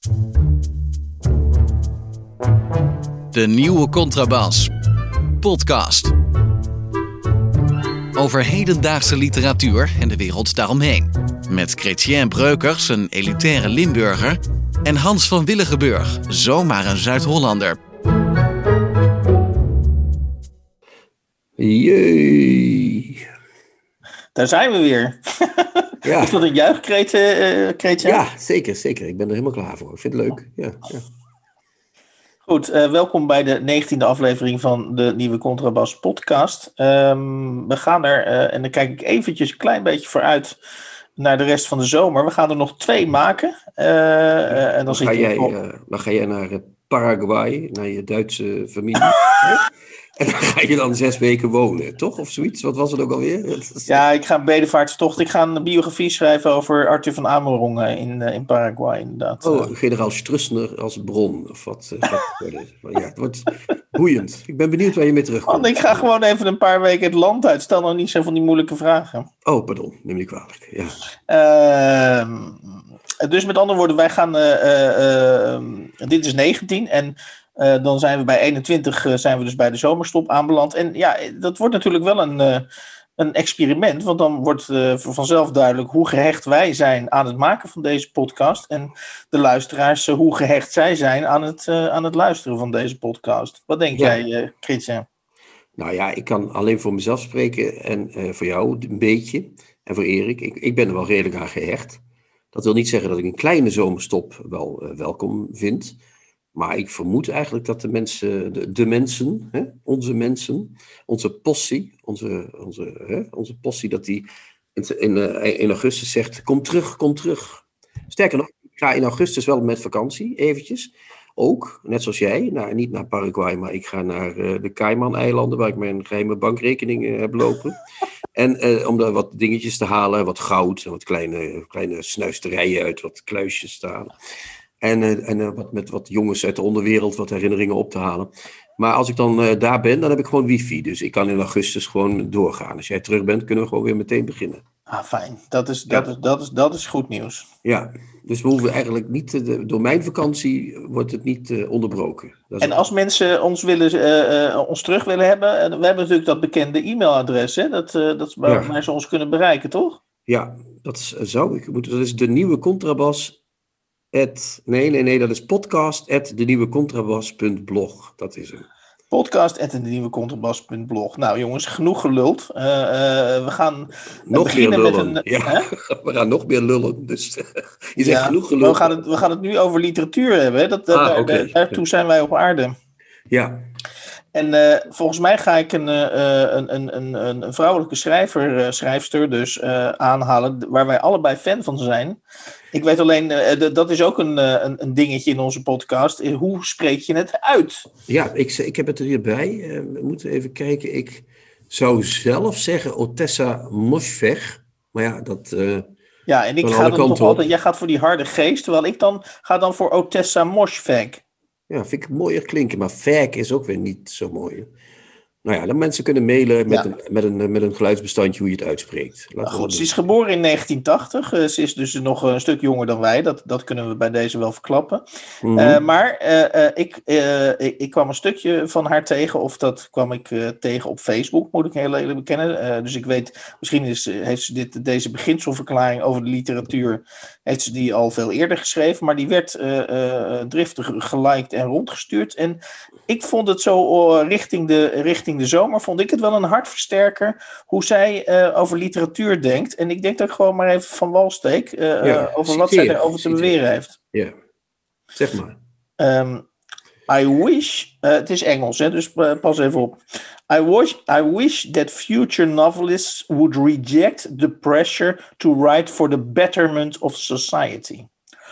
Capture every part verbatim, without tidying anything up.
De Nieuwe Contrabas. Podcast. Over hedendaagse literatuur en de wereld daaromheen. Met Chrétien Breukers, een elitaire Limburger. En Hans van Willigenburg, zomaar een Zuid-Hollander. Jee. Daar zijn we weer. Ja. Is dat een juichkreet, uh, Chrétien? Ja, zeker, zeker. Ik ben er helemaal klaar voor. Ik vind het leuk. Ja, ja. Goed, uh, welkom bij de negentiende aflevering van de Nieuwe Contrabas podcast. Um, we gaan er, uh, en dan kijk ik eventjes een klein beetje vooruit naar de rest van de zomer. We gaan er nog twee maken. Uh, uh, en dan, dan, zit ga je jij, op... uh, dan ga jij naar uh, Paraguay, naar je Duitse familie. En dan ga je dan zes weken wonen, toch? Of zoiets? Wat was het ook alweer? Ja, ik ga een bedevaartstocht. Ik ga een biografie schrijven over Arthur van Amerongen in, uh, in Paraguay, inderdaad. Oh, generaal Strussner als bron. Of wat? Uh, wat ja, het wordt boeiend. Ik ben benieuwd waar je mee terugkomt. Man, ik ga gewoon even een paar weken het land uit. Stel nou niet zo van die moeilijke vragen. Oh, pardon. Neem niet kwalijk. Ja. Uh, dus met andere woorden, wij gaan... Uh, uh, uh, dit is negentien en... Uh, dan zijn we bij eenentwintig, uh, zijn we dus bij de zomerstop aanbeland. En ja, dat wordt natuurlijk wel een, uh, een experiment. Want dan wordt uh, vanzelf duidelijk hoe gehecht wij zijn aan het maken van deze podcast. En de luisteraars, uh, hoe gehecht zij zijn aan het, uh, aan het luisteren van deze podcast. Wat denk ja. jij, uh, Chrétien? Nou ja, ik kan alleen voor mezelf spreken en uh, voor jou een beetje. En voor Erik. Ik, ik ben er wel redelijk aan gehecht. Dat wil niet zeggen dat ik een kleine zomerstop wel uh, welkom vind. Maar ik vermoed eigenlijk dat de mensen, de, de mensen, hè, onze mensen, onze possie, onze, onze, hè, onze possie, dat die in, in, in augustus zegt, kom terug, kom terug. Sterker nog, ik ga in augustus wel met vakantie, eventjes. Ook, net zoals jij, nou, niet naar Paraguay, maar ik ga naar uh, de Cayman-eilanden, waar ik mijn geheime bankrekening uh, heb lopen. En uh, om daar wat dingetjes te halen, wat goud en wat kleine, kleine snuisterijen uit wat kluisjes te halen. En, uh, en uh, wat, met wat jongens uit de onderwereld wat herinneringen op te halen. Maar als ik dan uh, daar ben, dan heb ik gewoon wifi. Dus ik kan in augustus gewoon doorgaan. Als jij terug bent, kunnen we gewoon weer meteen beginnen. Ah, fijn. Dat is, dat ja. is, dat is, dat is goed nieuws. Ja, dus we hoeven eigenlijk niet... De, door mijn vakantie wordt het niet uh, onderbroken. Dat en als mensen ons, willen, uh, uh, ons terug willen hebben... Uh, we hebben natuurlijk dat bekende e-mailadres, hè? Dat, uh, dat is waar ja. ze ons kunnen bereiken, toch? Ja, dat is, uh, zou ik moeten... Dat is de nieuwe Contrabas... At, nee, nee, nee, dat is podcast at de nieuwe contrabas punt blog. Dat is hem. Podcast at de nieuwe contrabas punt blog. Nou jongens, genoeg geluld. Uh, uh, we gaan nog beginnen meer lullen. met een... Ja, hè? we gaan nog meer lullen. Dus je zegt ja, genoeg gelul. We gaan, het, we gaan het nu over literatuur hebben. Dat, ah, daar, okay. Daartoe zijn wij op aarde. Ja. En uh, volgens mij ga ik een, uh, een, een, een, een vrouwelijke schrijver, uh, schrijfster dus uh, aanhalen, waar wij allebei fan van zijn. Ik weet alleen, uh, d- dat is ook een, uh, een, een dingetje in onze podcast. Hoe spreek je het uit? Ja, ik, ik heb het er hierbij. Uh, we moeten even kijken. Ik zou zelf zeggen Otessa Moshfegh. Maar ja, dat... Uh, ja, en ik ga dan toch altijd... Jij gaat voor die harde geest, terwijl ik dan ga dan voor Otessa Moshfegh. Ja, vind ik mooier klinken, maar fag is ook weer niet zo mooi. Nou ja, dan mensen kunnen mailen met, ja. een, met, een, met een geluidsbestandje hoe je het uitspreekt. Nou goed, ze is geboren in negentien tachtig. Uh, ze is dus nog een stuk jonger dan wij. Dat, dat kunnen we bij deze wel verklappen. Mm-hmm. Uh, maar uh, uh, ik, uh, ik, ik kwam een stukje van haar tegen. Of dat kwam ik uh, tegen op Facebook, moet ik heel eerlijk bekennen. Uh, dus ik weet, misschien is, heeft ze dit, deze beginselverklaring over de literatuur... heeft ze die al veel eerder geschreven. Maar die werd uh, uh, driftig geliked en rondgestuurd. En ik vond het zo uh, richting de... Richting de zomer vond ik het wel een hartversterker hoe zij uh, over literatuur denkt. En ik denk dat ik gewoon maar even van wal steek uh, ja, uh, over citeer, wat zij erover te beweren heeft. Ja, zeg maar. Um, I wish, uh, het is Engels, hè, dus uh, pas even op. I wish, I wish that future novelists would reject the pressure to write for the betterment of society.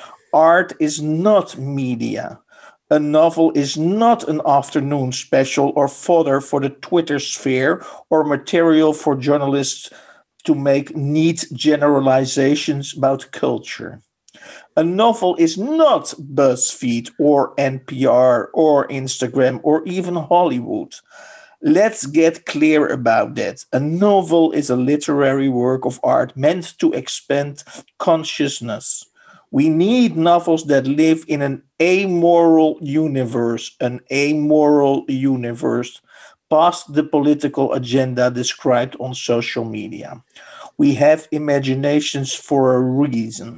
Art is not media. A novel is not an afternoon special or fodder for the Twitter sphere or material for journalists to make neat generalizations about culture. A novel is not BuzzFeed or N P R or Instagram or even Hollywood. Let's get clear about that. A novel is a literary work of art meant to expand consciousness. We need novels that live in an amoral universe. An amoral universe. Past the political agenda described on social media. We have imaginations for a reason.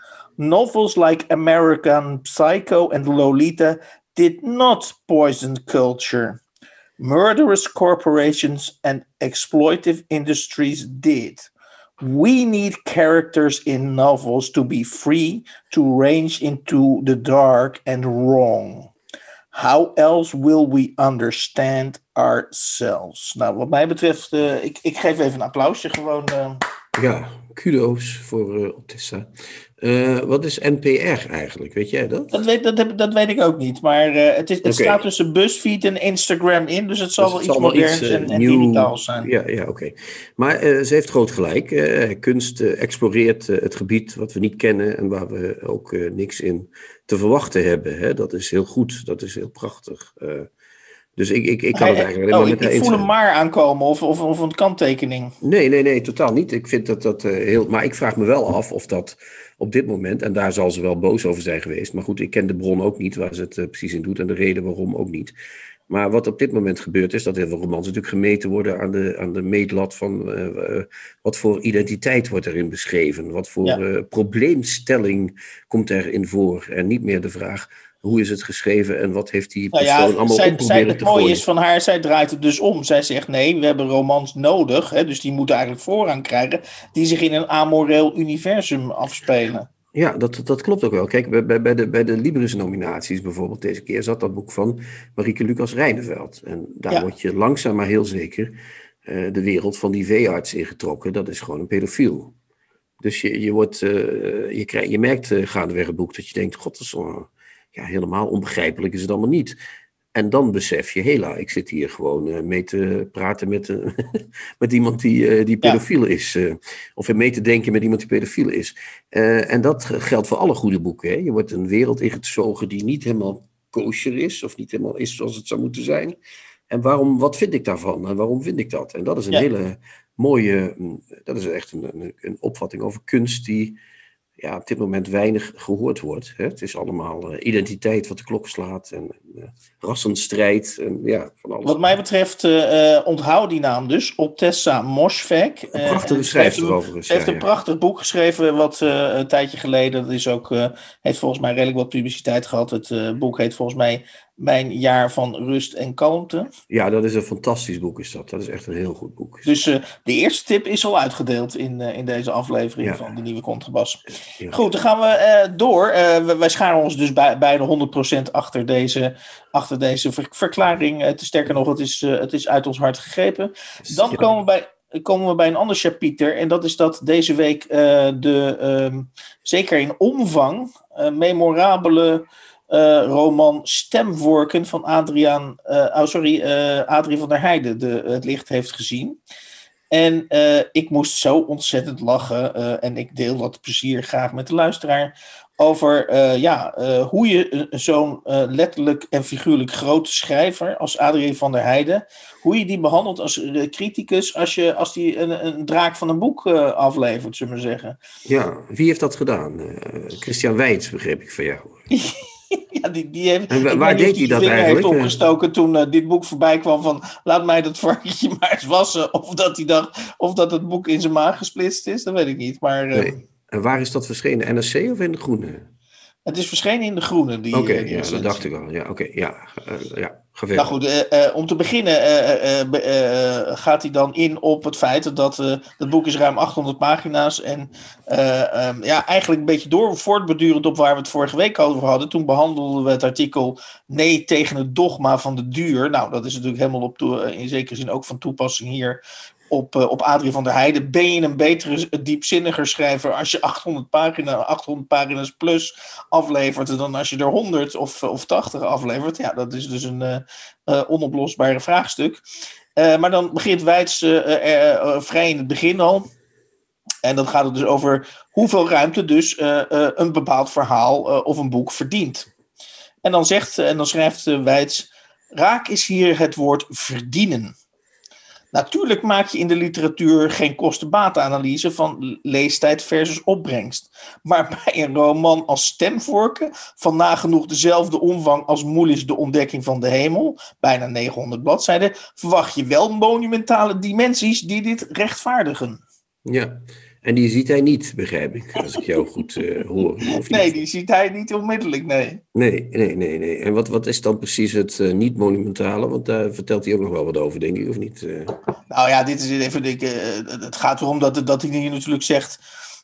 Novels like American Psycho and Lolita did not poison culture. Murderous corporations and exploitive industries did. We need characters in novels to be free to range into the dark and wrong. How else will we understand ourselves? Nou, wat mij betreft, uh, ik, ik geef even een applausje gewoon. Uh... Ja, kudo's voor uh, Otessa. Uh, wat is N P R eigenlijk? Weet jij dat? Dat weet, dat heb, dat weet ik ook niet. Maar uh, het, is, het okay. staat tussen BuzzFeed en Instagram in. Dus het zal dus wel het iets moderns uh, en, en digitaals zijn. Ja, ja oké. Okay. Maar uh, ze heeft groot gelijk. Uh, kunst uh, exploreert uh, het gebied wat we niet kennen. En waar we ook uh, niks in te verwachten hebben. Hè? Dat is heel goed. Dat is heel prachtig. Uh, Dus ik, ik, ik kan het eigenlijk alleen maar met Ik, ik voel hem maar aankomen of, of, of een kanttekening. Nee, nee, nee, totaal niet. Ik vind dat dat uh, heel... Maar ik vraag me wel af of dat op dit moment... En daar zal ze wel boos over zijn geweest. Maar goed, ik ken de bron ook niet waar ze het uh, precies in doet. En de reden waarom ook niet. Maar wat op dit moment gebeurt is dat heel veel romans natuurlijk gemeten worden aan de, aan de meetlat van... Uh, uh, wat voor identiteit wordt erin beschreven? Wat voor ja. uh, probleemstelling komt erin voor? En niet meer de vraag... Hoe is het geschreven en wat heeft die persoon nou ja, allemaal zij, op proberen zij, te Het mooie gooien? is van haar, zij draait het dus om. Zij zegt nee, we hebben romans nodig. Hè, dus die moeten eigenlijk voorrang krijgen. Die zich in een amoreel universum afspelen. Ja, dat, dat klopt ook wel. Kijk, bij, bij de, bij de Libris-nominaties bijvoorbeeld deze keer... zat dat boek van Marieke Lucas Rijneveld. En daar ja. word je langzaam maar heel zeker... Uh, de wereld van die veearts ingetrokken. Dat is gewoon een pedofiel. Dus je, je, wordt, uh, je, krijg, je merkt uh, gaandeweg het boek dat je denkt... God, dat is zo... Ja, helemaal onbegrijpelijk is het allemaal niet. En dan besef je, hela, ik zit hier gewoon uh, mee te praten met, uh, met iemand die, uh, die pedofiel ja. is. Uh, of mee te denken met iemand die pedofiel is. Uh, en dat geldt voor alle goede boeken. Hè? Je wordt een wereld ingezogen die niet helemaal kosher is. Of niet helemaal is zoals het zou moeten zijn. En waarom, wat vind ik daarvan? En waarom vind ik dat? En dat is een ja. hele mooie, dat is echt een, een, een opvatting over kunst die... ja, op dit moment weinig gehoord wordt. Hè? Het is allemaal uh, identiteit wat de klok slaat en uh, rassenstrijd en ja, van alles. Wat mij betreft uh, onthoud die naam dus, Otessa Moshfegh. Een prachtige schrijfster overigens. Ze heeft ja, een ja. prachtig boek geschreven wat uh, een tijdje geleden, dat is ook, uh, heeft volgens mij redelijk wat publiciteit gehad. Het uh, boek heet volgens mij Mijn jaar van rust en kalmte. Ja, dat is een fantastisch boek is dat. Dat is echt een heel goed boek. Dus uh, de eerste tip is al uitgedeeld in, uh, in deze aflevering ja. van de Nieuwe Contrabas. Ja. Goed, dan gaan we uh, door. Uh, wij scharen ons dus bij, bijna honderd procent achter deze, achter deze ver- verklaring. Uh, te sterker nog, het is, uh, het is uit ons hart gegrepen. Dan ja. komen we bij... komen we bij een ander chapiter. En dat is dat deze week uh, de, uh, zeker in omvang, uh, memorabele uh, roman Stemworken van Adriaan, uh, oh sorry, uh, Adrie van der Heijden de, het licht heeft gezien. En uh, ik moest zo ontzettend lachen. Uh, en ik deel dat plezier graag met de luisteraar. Over uh, ja, uh, hoe je uh, zo'n uh, letterlijk en figuurlijk grote schrijver als Adrie van der Heijden, hoe je die behandelt als uh, criticus als, je, als die een, een draak van een boek uh, aflevert, zullen we zeggen. Ja, wie heeft dat gedaan? Uh, Christian Weitz, begreep ik van jou. Ja, die, die heeft, en waar deed hij dat eigenlijk? heeft opgestoken toen uh, dit boek voorbij kwam van laat mij dat varkentje maar eens wassen. Of dat hij dacht, of dat het boek in zijn maag gesplitst is, dat weet ik niet. Maar, uh, nee. En waar is dat verschenen? N R C of in De Groene? Het is verschenen in De Groene. Oké, okay, ja, dat dacht ik al. Ja, oké, okay, ja, uh, ja. Nou goed, uh, uh, om te beginnen uh, uh, uh, gaat hij dan in op het feit dat uh, het boek is ruim achthonderd pagina's en uh, um, ja, eigenlijk een beetje door voortbedurend op waar we het vorige week over hadden. Toen behandelden we het artikel Nee tegen het dogma van de duur. Nou, dat is natuurlijk helemaal op toe, uh, in zekere zin ook van toepassing hier op, uh, op Adrie van der Heijden. Ben je een betere, diepzinniger schrijver als je achthonderd pagina's, achthonderd pagina's plus aflevert dan als je er honderd of, of tachtig aflevert? Ja, dat is dus een uh, uh, onoplosbare vraagstuk. Uh, maar dan begint Weitz uh, uh, uh, vrij in het begin al. En dan gaat het dus over hoeveel ruimte dus uh, uh, een bepaald verhaal uh, of een boek verdient. En dan zegt uh, en dan schrijft uh, Weitz, raak is hier het woord verdienen. Natuurlijk maak je in de literatuur geen kosten-batenanalyse van leestijd versus opbrengst. Maar bij een roman als Stemvorken, van nagenoeg dezelfde omvang als Moelis De Ontdekking van de Hemel, bijna negenhonderd bladzijden, verwacht je wel monumentale dimensies die dit rechtvaardigen. Ja, en die ziet hij niet, begrijp ik, als ik jou goed uh, hoor. Of nee, niet? die ziet hij niet onmiddellijk, nee. Nee, nee, nee, nee. En wat, wat is dan precies het uh, niet-monumentale? Want daar vertelt hij ook nog wel wat over, denk ik, of niet? Uh... Nou ja, dit is even. Ik, uh, het gaat erom dat, dat hij hier natuurlijk zegt.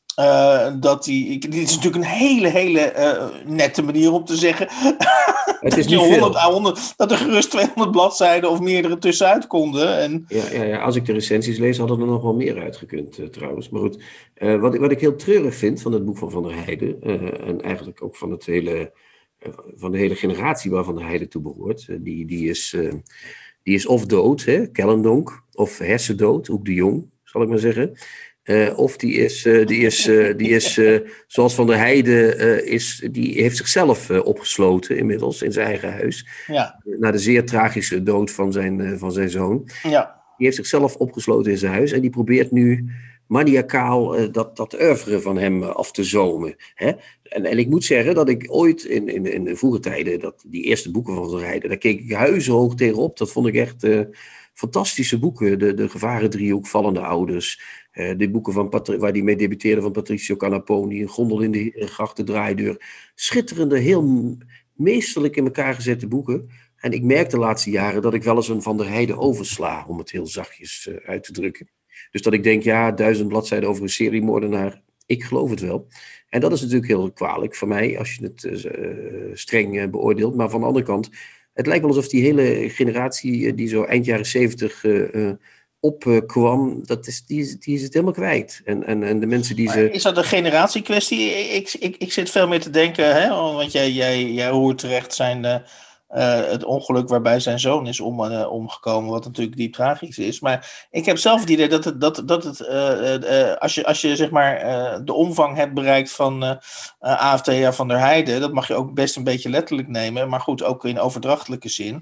Uh, dat hij. Ik, dit is natuurlijk een hele, hele uh, nette manier om te zeggen. Het is niet honderd, veel. honderd, dat er gerust tweehonderd bladzijden of meerdere tussenuit konden. En... Ja, ja, ja, als ik de recensies lees, hadden er nog wel meer uitgekund, uh, trouwens. Maar goed, uh, wat, wat ik heel treurig vind van het boek van Van der Heijden, uh, en eigenlijk ook van, het hele, uh, van de hele generatie waar Van der Heijden toe behoort, uh, die, die, is, uh, die is of dood, hè, Kellendonk, of hersendood, Hoek de Jong, zal ik maar zeggen. Uh, of die is, uh, die is, uh, die is uh, zoals Van der Heijden, uh, is, die heeft zichzelf uh, opgesloten inmiddels in zijn eigen huis. Ja. Na de zeer tragische dood van zijn, uh, van zijn zoon. Ja. Die heeft zichzelf opgesloten in zijn huis en die probeert nu maniacaal uh, dat, dat oeuvre van hem uh, af te zomen. Hè? En, en ik moet zeggen dat ik ooit in, in, in de vroege tijden, dat, die eerste boeken van Van der Heijden, daar keek ik huizenhoog tegenop. Dat vond ik echt uh, fantastische boeken. De, de gevarendriehoek, Vallende Ouders. Uh, de boeken van Patri- waar hij mee debuteerde van Patricio Canaponi. Een gondel in de gracht, de draaideur. Schitterende, heel meesterlijk in elkaar gezette boeken. En ik merk de laatste jaren dat ik wel eens een Van der Heijden oversla, om het heel zachtjes uh, uit te drukken. Dus dat ik denk, ja, duizend bladzijden over een seriemoordenaar, ik geloof het wel. En dat is natuurlijk heel kwalijk voor mij, als je het uh, streng uh, beoordeelt. Maar van de andere kant, het lijkt wel alsof die hele generatie uh, die zo eind jaren zeventig uh, uh, opkwam, dat is, die, die is het helemaal kwijt. En, en, en de mensen die ze... Is dat een generatiekwestie? Ik, ik, ik zit veel meer te denken, hè, want jij, jij, jij hoort terecht zijn... Uh... Uh, het ongeluk waarbij zijn zoon is om, uh, omgekomen, wat natuurlijk diep tragisch is. Maar ik heb zelf het idee dat het, dat, dat het uh, uh, als je, als je zeg maar uh, de omvang hebt bereikt van uh, uh, A F T H Van der Heijden, dat mag je ook best een beetje letterlijk nemen, maar goed, ook in overdrachtelijke zin.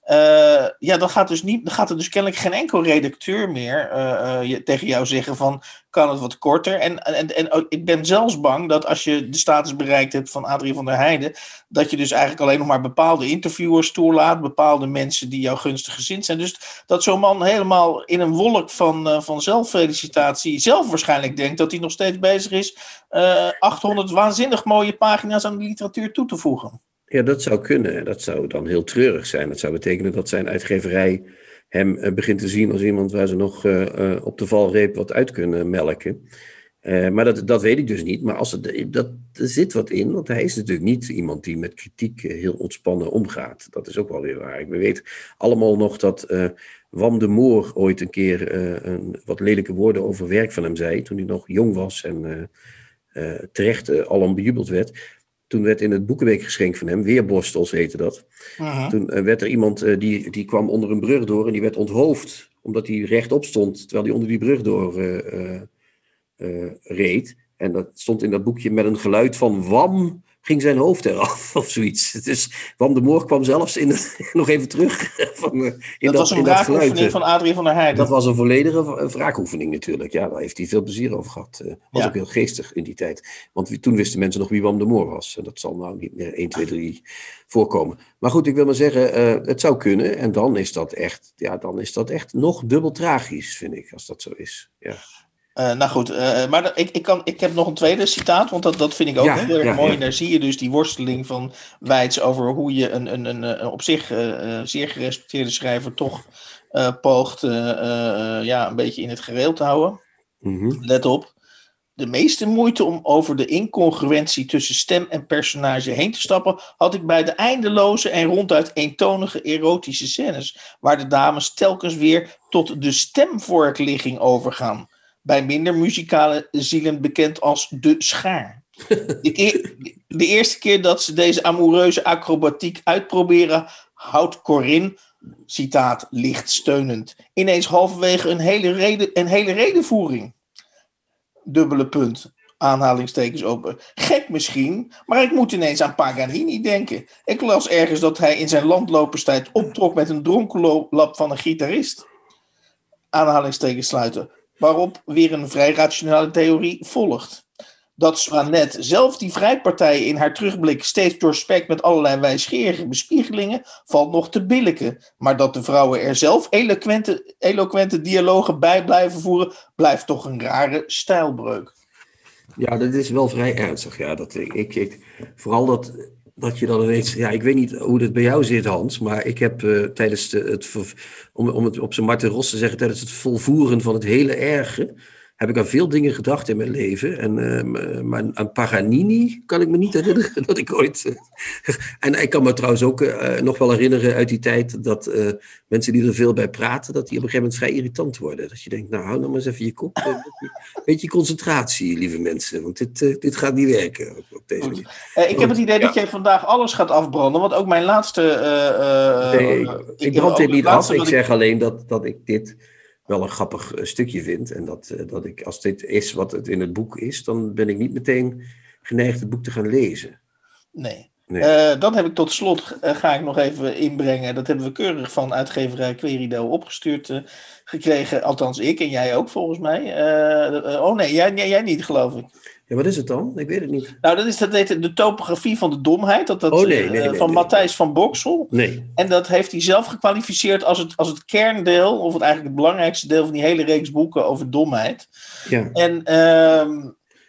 Uh, ja, dan gaat, dus niet, dan gaat er dus kennelijk geen enkel redacteur meer uh, uh, je, tegen jou zeggen van, kan het wat korter? En, en, en, en ik ben zelfs bang dat als je de status bereikt hebt van Adrie van der Heijden, dat je dus eigenlijk alleen nog maar bepaalde interviewers toelaat, bepaalde mensen die jou gunstig gezind zijn. Dus dat zo'n man helemaal in een wolk van, uh, van zelffelicitatie zelf waarschijnlijk denkt dat hij nog steeds bezig is uh, achthonderd waanzinnig mooie pagina's aan de literatuur toe te voegen. Ja, dat zou kunnen. Dat zou dan heel treurig zijn. Dat zou betekenen dat zijn uitgeverij hem uh, begint te zien als iemand waar ze nog uh, uh, op de valreep wat uit kunnen melken. Uh, maar dat, dat weet ik dus niet. Maar als het, dat, er zit wat in, want hij is natuurlijk niet iemand die met kritiek uh, heel ontspannen omgaat. Dat is ook wel weer waar. We weten allemaal nog dat uh, Wam de Moor ooit een keer uh, een, wat lelijke woorden over werk van hem zei, toen hij nog jong was en uh, uh, terecht uh, alom bejubeld werd. Toen werd in het boekenweekgeschenk van hem, Weerborstels heette dat. Uh-huh. Toen uh, werd er iemand, uh, die, die kwam onder een brug door en die werd onthoofd. Omdat hij rechtop stond, terwijl hij onder die brug door uh, uh, uh, reed. En dat stond in dat boekje met een geluid van wam, ging zijn hoofd eraf of zoiets. Dus Wam de Moor kwam zelfs in de, nog even terug. Van, uh, in dat, dat was een wraakoefening van Adrie van der Heijden. Dat was een volledige wraakoefening natuurlijk. Ja, daar heeft hij veel plezier over gehad. Uh, was ja. ook heel geestig in die tijd. Want toen wisten mensen nog wie Wam de Moor was. En dat zal nou niet meer één, twee, drie voorkomen. Maar goed, ik wil maar zeggen, uh, het zou kunnen. En dan is dat echt, ja, dan is dat echt nog dubbel tragisch, vind ik, als dat zo is. Ja. Uh, nou goed, uh, maar ik, ik, kan, ik heb nog een tweede citaat, want dat, dat vind ik ook ja, heel erg ja, mooi. Ja. Daar zie je dus die worsteling van Weitz over hoe je een, een, een, een op zich uh, zeer gerespecteerde schrijver toch uh, poogt uh, uh, ja, een beetje in het gereel te houden. Mm-hmm. Let op. De meeste moeite om over de incongruentie tussen stem en personage heen te stappen had ik bij de eindeloze en ronduit eentonige erotische scènes, waar de dames telkens weer tot de stemvorkligging overgaan. Bij minder muzikale zielen bekend als de schaar. De, keer, de eerste keer dat ze deze amoureuze acrobatiek uitproberen, houdt Corinne, citaat, licht steunend, ineens halverwege een hele, reden, een hele redenvoering. Dubbele punt, aanhalingstekens open. Gek misschien, maar ik moet ineens aan Paganini denken. Ik las ergens dat hij in zijn landloperstijd optrok met een dronkenlap van een gitarist. aanhalingstekens sluiten. Waarop weer een vrij rationele theorie volgt. Dat Swanette zelf die vrijpartij in haar terugblik steeds doorspekt met allerlei wijsgerige bespiegelingen, valt nog te billijken. Maar dat de vrouwen er zelf eloquente, eloquente dialogen bij blijven voeren, blijft toch een rare stijlbreuk. Ja, dat is wel vrij ernstig. Ja, dat, ik, ik, ik, vooral dat, dat je dan ineens... Ja, ik weet niet hoe dat bij jou zit, Hans, maar ik heb uh, tijdens de, het... Om, om het op zijn Martin Ros te zeggen, tijdens het volvoeren van het hele erge, heb ik aan veel dingen gedacht in mijn leven. En, uh, maar aan Paganini kan ik me niet herinneren dat ik ooit... Uh, en ik kan me trouwens ook uh, nog wel herinneren uit die tijd dat uh, mensen die er veel bij praten, dat die op een gegeven moment vrij irritant worden. Dat je denkt, nou hou nou maar eens even je kop. Een beetje, beetje concentratie, lieve mensen. Want dit, uh, dit gaat niet werken op, op deze manier. Uh, ik heb het idee ja. dat jij vandaag alles gaat afbranden, want ook mijn laatste... Uh, uh, nee, uh, ik brand dit niet af. Ik zeg ik... alleen dat, dat ik dit... wel een grappig uh, stukje vind. En dat, uh, dat ik, als dit is wat het in het boek is, dan ben ik niet meteen geneigd het boek te gaan lezen. Nee. nee. Uh, dan heb ik tot slot, uh, ga ik nog even inbrengen, dat hebben we keurig van uitgeverij Querido opgestuurd uh, gekregen. Althans ik en jij ook volgens mij. Uh, uh, oh nee, jij, jij, jij niet geloof ik. Ja, wat is het dan? Ik weet het niet. Nou, dat is dat heet de topografie van de domheid. Dat, dat, oh, nee, nee, uh, nee, van nee, Matthijs nee. van Boxel. Nee. En dat heeft hij zelf gekwalificeerd als het, als het kerndeel, of het eigenlijk het belangrijkste deel van die hele reeks boeken over domheid. Ja. En uh,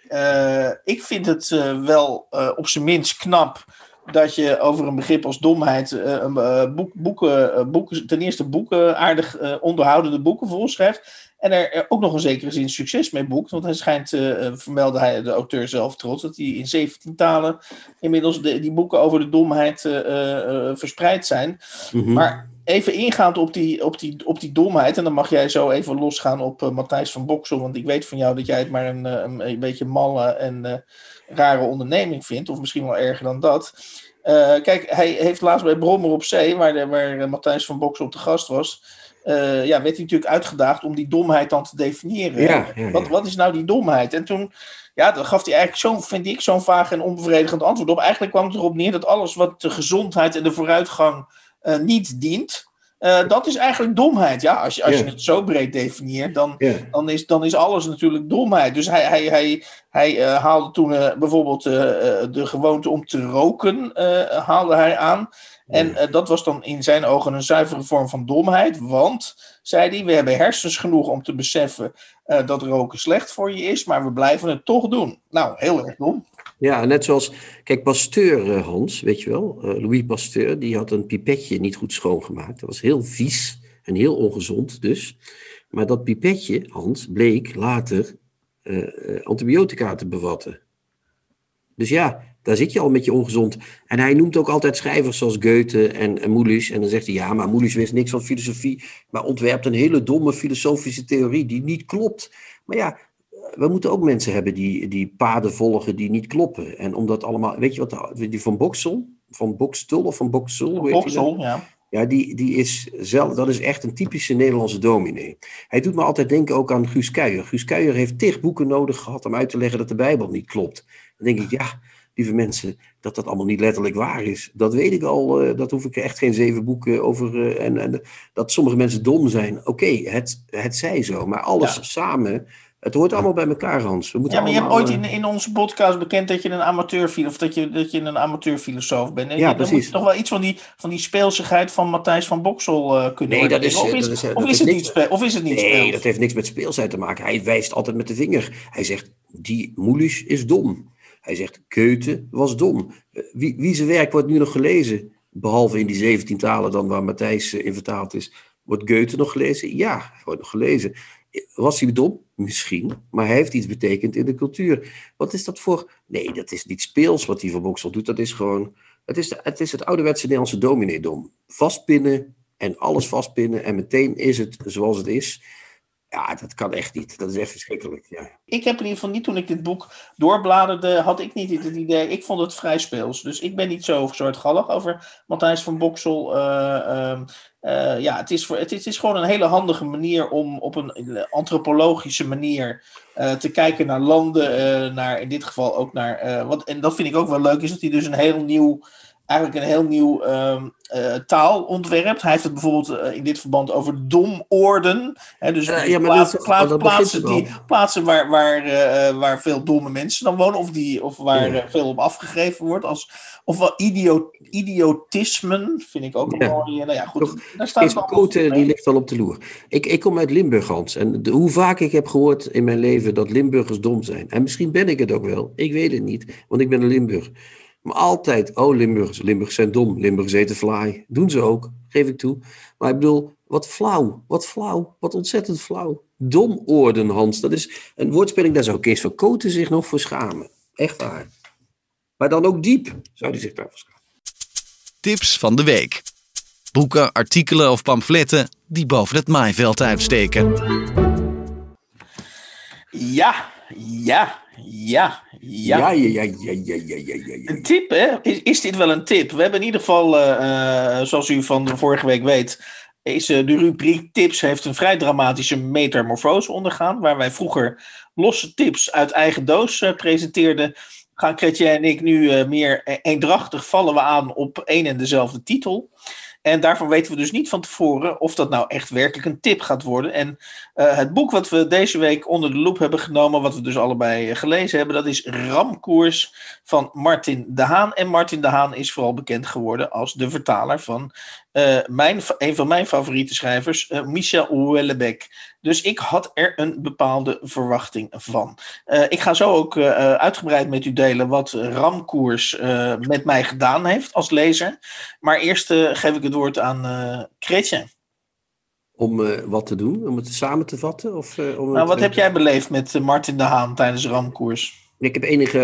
uh, ik vind het uh, wel uh, op zijn minst knap dat je over een begrip als domheid uh, uh, boek, boeken, uh, boeken, ten eerste boeken, aardig uh, onderhoudende boeken volschrijft. En er, er ook nog in zekere zin succes mee boekt. Want hij schijnt, uh, vermeldde hij de auteur zelf trots, dat hij in zeventien talen inmiddels de, die boeken over de domheid uh, uh, verspreid zijn. Mm-hmm. Maar even ingaand op die, op, die, op die domheid, en dan mag jij zo even losgaan op uh, Matthijs van Boxel, want ik weet van jou dat jij het maar een, een, een beetje malle en uh, rare onderneming vindt, of misschien wel erger dan dat. Uh, kijk, hij heeft laatst bij Brommer op Zee, waar, de, waar uh, Matthijs van Boxel te gast was, Uh, ja, werd hij natuurlijk uitgedaagd om die domheid dan te definiëren. Ja, ja, ja. Wat, wat is nou die domheid? En toen, ja, dan gaf hij eigenlijk zo'n, vind ik, zo'n vaag en onbevredigend antwoord op. Eigenlijk kwam het erop neer dat alles wat de gezondheid en de vooruitgang uh, niet dient, uh, dat is eigenlijk domheid. Ja, als je, als ja. je het zo breed definieert, dan, ja. dan, is, dan is alles natuurlijk domheid. Dus hij, hij, hij, hij uh, haalde toen uh, bijvoorbeeld uh, de gewoonte om te roken, uh, haalde hij aan. En uh, dat was dan in zijn ogen een zuivere vorm van domheid. Want, zei hij, we hebben hersens genoeg om te beseffen uh, dat roken slecht voor je is. Maar we blijven het toch doen. Nou, heel erg dom. Ja, net zoals, kijk, Pasteur, uh, Hans, weet je wel. Uh, Louis Pasteur, die had een pipetje niet goed schoongemaakt. Dat was heel vies en heel ongezond dus. Maar dat pipetje, Hans, bleek later uh, uh, antibiotica te bevatten. Dus ja... Daar zit je al met je ongezond. En hij noemt ook altijd schrijvers zoals Goethe en, en Moelis. En dan zegt hij, ja, maar Moelis wist niks van filosofie, maar ontwerpt een hele domme filosofische theorie die niet klopt. Maar ja, we moeten ook mensen hebben die, die paden volgen die niet kloppen. En omdat allemaal, weet je wat, die van Boxel, van Boxtel of van Boxel? Van Boxel, ja. Ja, die, die is zelf, dat is echt een typische Nederlandse dominee. Hij doet me altijd denken ook aan Guus Kuijer. Guus Kuijer heeft tig boeken nodig gehad om uit te leggen dat de Bijbel niet klopt. Dan denk ik, ja... lieve mensen, dat dat allemaal niet letterlijk waar is. Dat weet ik al, uh, dat hoef ik echt geen zeven boeken over... Uh, en, en dat sommige mensen dom zijn. Oké, okay, het, het zij zo. Maar alles ja. samen, het hoort allemaal bij elkaar, Hans. We moeten ja, maar allemaal, je hebt ooit in, in onze podcast bekend dat je een amateur of dat je, dat je een amateurfilosoof bent. En ja, je, precies. Dan moet je toch wel iets van die, van die speelsigheid van Matthijs van Boxel uh, kunnen nee, dat is, of is, dat is, of dat is, is het niks, niet spe- of is het niet Nee, speels? dat heeft niks met speelsheid te maken. Hij wijst altijd met de vinger. Hij zegt, die Moelis is dom. Hij zegt, Goethe was dom. Wie, wie zijn werk wordt nu nog gelezen? Behalve in die zeventien talen dan waar Matthijs in vertaald is. Wordt Goethe nog gelezen? Ja, hij wordt nog gelezen. Was hij dom? Misschien. Maar hij heeft iets betekend in de cultuur. Wat is dat voor... Nee, dat is niet speels wat hij van Boxel doet. Dat is gewoon... Het is, het is het ouderwetse Nederlandse domineedom. Vastpinnen en alles vastpinnen. En meteen is het zoals het is. Ja, dat kan echt niet. Dat is echt verschrikkelijk. Ja. Ik heb in ieder geval niet, toen ik dit boek doorbladerde, had ik niet het idee. Ik vond het vrij speels. Dus ik ben niet zo zwartgallig over Matthijs van Boxel. Uh, uh, uh, ja, het is, voor, het, is, het is gewoon een hele handige manier om op een antropologische manier uh, te kijken naar landen. Uh, naar, in dit geval ook naar... Uh, wat, en dat vind ik ook wel leuk, is dat hij dus een heel nieuw eigenlijk een heel nieuw uh, uh, taal ontwerpt. Hij heeft het bijvoorbeeld uh, in dit verband over domoorden. Hè, dus uh, ja, maar plaatsen, dat, plaatsen, dat plaatsen, die, plaatsen waar, waar, uh, waar veel domme mensen dan wonen. Of, die, of waar ja. uh, veel op afgegeven wordt. Als, of wel idiot, idiotismen, vind ik ook een ja. mooie. Nou ja, goed. Toch, daar staat Kees Koten, die ligt al op de loer. Ik, ik kom uit Limburg, Hans. En de, hoe vaak ik heb gehoord in mijn leven dat Limburgers dom zijn. En misschien ben ik het ook wel. Ik weet het niet, want ik ben een Limburg. Maar altijd, oh Limburgers, Limburgers zijn dom. Limburgers eten fly. Doen ze ook, geef ik toe. Maar ik bedoel, wat flauw, wat flauw, wat ontzettend flauw. Domoorden, Hans. Dat is een woordspeling, daar zou Kees van Koten zich nog voor schamen. Echt waar. Maar dan ook diep zou hij zich daarvoor schamen. Tips van de week. Boeken, artikelen of pamfletten die boven het maaiveld uitsteken. Ja, ja, ja, ja. Ja, ja, ja, ja, ja, ja, ja, ja. Een tip, hè? Is, is dit wel een tip? We hebben in ieder geval, uh, uh, zoals u van de vorige week weet, is uh, de rubriek tips heeft een vrij dramatische metamorfose ondergaan, waar wij vroeger losse tips uit eigen doos uh, presenteerden. Gaan Chrétien en ik nu uh, meer eendrachtig vallen we aan op één en dezelfde titel. En daarvan weten we dus niet van tevoren of dat nou echt werkelijk een tip gaat worden. En uh, het boek wat we deze week onder de loep hebben genomen, wat we dus allebei gelezen hebben, dat is Ramkoers van Martin de Haan. En Martin de Haan is vooral bekend geworden als de vertaler van uh, mijn, een van mijn favoriete schrijvers, uh, Michel Houellebecq. Dus ik had er een bepaalde verwachting van. Uh, ik ga zo ook uh, uitgebreid met u delen wat Ramkoers uh, met mij gedaan heeft als lezer. Maar eerst uh, geef ik het woord aan uh, Chrétien. Om uh, wat te doen? Om het samen te vatten? Of, uh, om nou, het, wat uh, heb jij beleefd met uh, Martin de Haan tijdens Ramkoers? Ik heb enige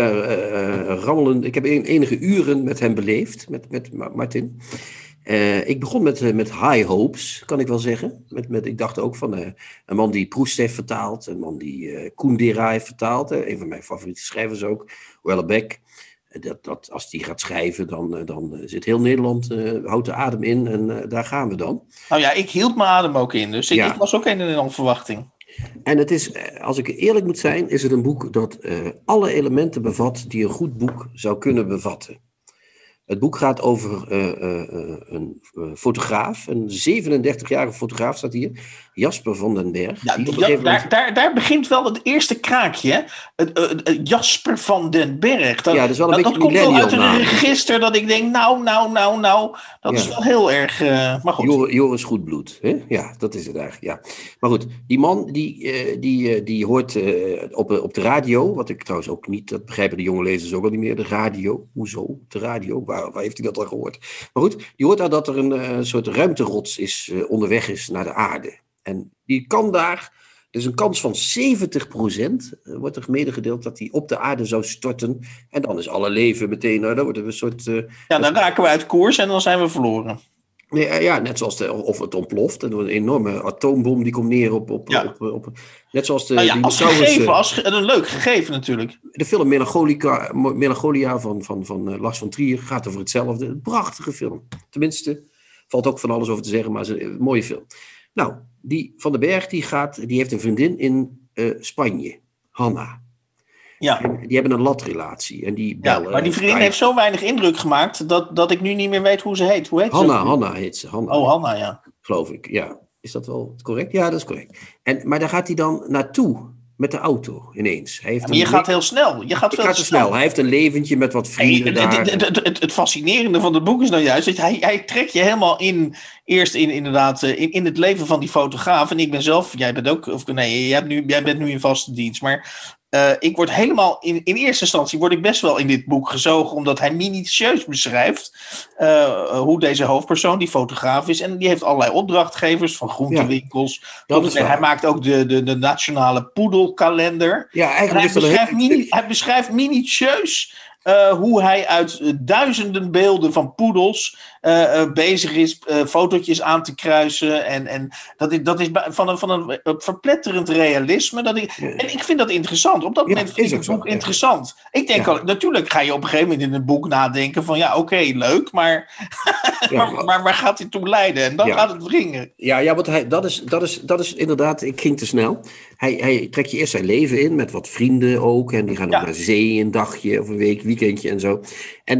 uh, rammelen, ik heb enige uren met hem beleefd, met, met Martin. Uh, ik begon met, uh, met high hopes, kan ik wel zeggen. Met, met, ik dacht ook van uh, een man die Proust heeft vertaald, een man die uh, Kundera heeft vertaald, uh, een van mijn favoriete schrijvers ook, Houellebecq. Uh, dat, dat, als die gaat schrijven, dan, uh, dan uh, zit heel Nederland, uh, houdt de adem in en uh, daar gaan we dan. Nou ja, ik hield mijn adem ook in, dus ik, ja. ik was ook een en al verwachting. En het is, als ik eerlijk moet zijn, is het een boek dat uh, alle elementen bevat die een goed boek zou kunnen bevatten. Het boek gaat over uh, uh, een uh, fotograaf, een zevenendertigjarige fotograaf staat hier, Jasper van den Berg. Ja, die die, op een ja, gegeven moment... daar, daar, daar begint wel het eerste kraakje. Hè? Uh, uh, uh, Jasper van den Berg. Dat, ja, dat is wel een dat, beetje dat komt wel uit een naam. register dat ik denk, nou, nou, nou, nou. Dat ja. is wel heel erg, uh, maar goed. Jor, Joris Goedbloed, hè? Ja, dat is het eigenlijk, ja. Maar goed, die man die, uh, die, uh, die hoort uh, op, op de radio, wat ik trouwens ook niet, dat begrijpen de jonge lezers ook al niet meer, de radio. Hoezo? De radio? Waar, waar heeft hij dat al gehoord? Maar goed, die hoort daar dat er een uh, soort ruimterots is, uh, onderweg is naar de aarde. En die kan daar, dus een kans van zeventig procent, uh, wordt er medegedeeld dat die op de aarde zou storten. En dan is alle leven meteen, uh, dan wordt er een soort... Uh, ja, dan raken we uit koers en dan zijn we verloren. Nee, uh, ja, net zoals de, of het ontploft. En een enorme atoombom die komt neer op... op, ja. op, op, op net zoals de... Nou ja, als gegeven, als ge, een leuk gegeven natuurlijk. De film Melancholia, Melancholia van, van, van uh, Lars von Trier gaat over hetzelfde. Een prachtige film. Tenminste, valt ook van alles over te zeggen, maar het is een, een mooie film. Nou, die Van den Berg, die, gaat, die heeft een vriendin in uh, Spanje. Hanna. Ja. En die hebben een latrelatie. En die bellen, ja, maar die vriendin heeft zo weinig indruk gemaakt dat, dat ik nu niet meer weet hoe ze heet. Hoe heet Hanna, ze? Hanna heet ze. Hanna. Oh, Hanna, ja. Geloof ik, ja. Is dat wel correct? Ja, dat is correct. En, maar daar gaat hij dan naartoe met de auto ineens. Hij heeft ja, maar je een gaat le- heel snel. Je gaat Ik veel ga te te snel. Hij heeft een leventje met wat vrienden Hey, daar. het, het, het, het, het fascinerende van het boek is nou juist dat hij, hij trekt je helemaal in, eerst in, inderdaad, in, in het leven van die fotograaf. En ik ben zelf, jij bent ook, of nee, jij, hebt nu, jij bent nu in vaste dienst, maar uh, ik word helemaal, in, in eerste instantie word ik best wel in dit boek gezogen, omdat hij minutieus beschrijft uh, hoe deze hoofdpersoon, die fotograaf is. En die heeft allerlei opdrachtgevers van groentewinkels. Ja, dat is hij maakt ook de, de, de nationale poedelkalender. Ja, eigenlijk hij, is dat beschrijft een mini, hij beschrijft minutieus uh, hoe hij uit uh, duizenden beelden van poedels uh, uh, bezig is uh, fotootjes aan te kruisen. En, en dat is, dat is van een, van een uh, verpletterend realisme. Dat ik, ja. En ik vind dat interessant. Op dat Ja, moment vind ik het zo, boek ja. interessant. Ik denk Ja. al, natuurlijk ga je op een gegeven moment in een boek nadenken van ja, oké, okay, leuk, maar, Ja, maar, maar waar gaat dit toe leiden? En dan Ja. gaat het wringen. Ja, ja, want hij, dat, is, dat, is, dat is inderdaad, ik ging te snel. Hij, hij trekt je eerst zijn leven in, met wat vrienden ook. En die gaan Ja. ook naar zee een dagje of een week, weekendje en zo. En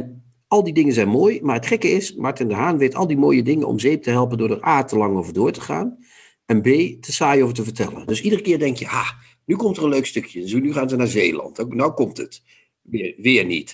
Al die dingen zijn mooi, maar het gekke is, Martin de Haan weet al die mooie dingen om zeep te helpen door er A, te lang over door te gaan en B, te saai over te vertellen. Dus iedere keer denk je, ah, nu komt er een leuk stukje. Dus nu gaan ze naar Zeeland. Nou komt het. Weer, weer niet.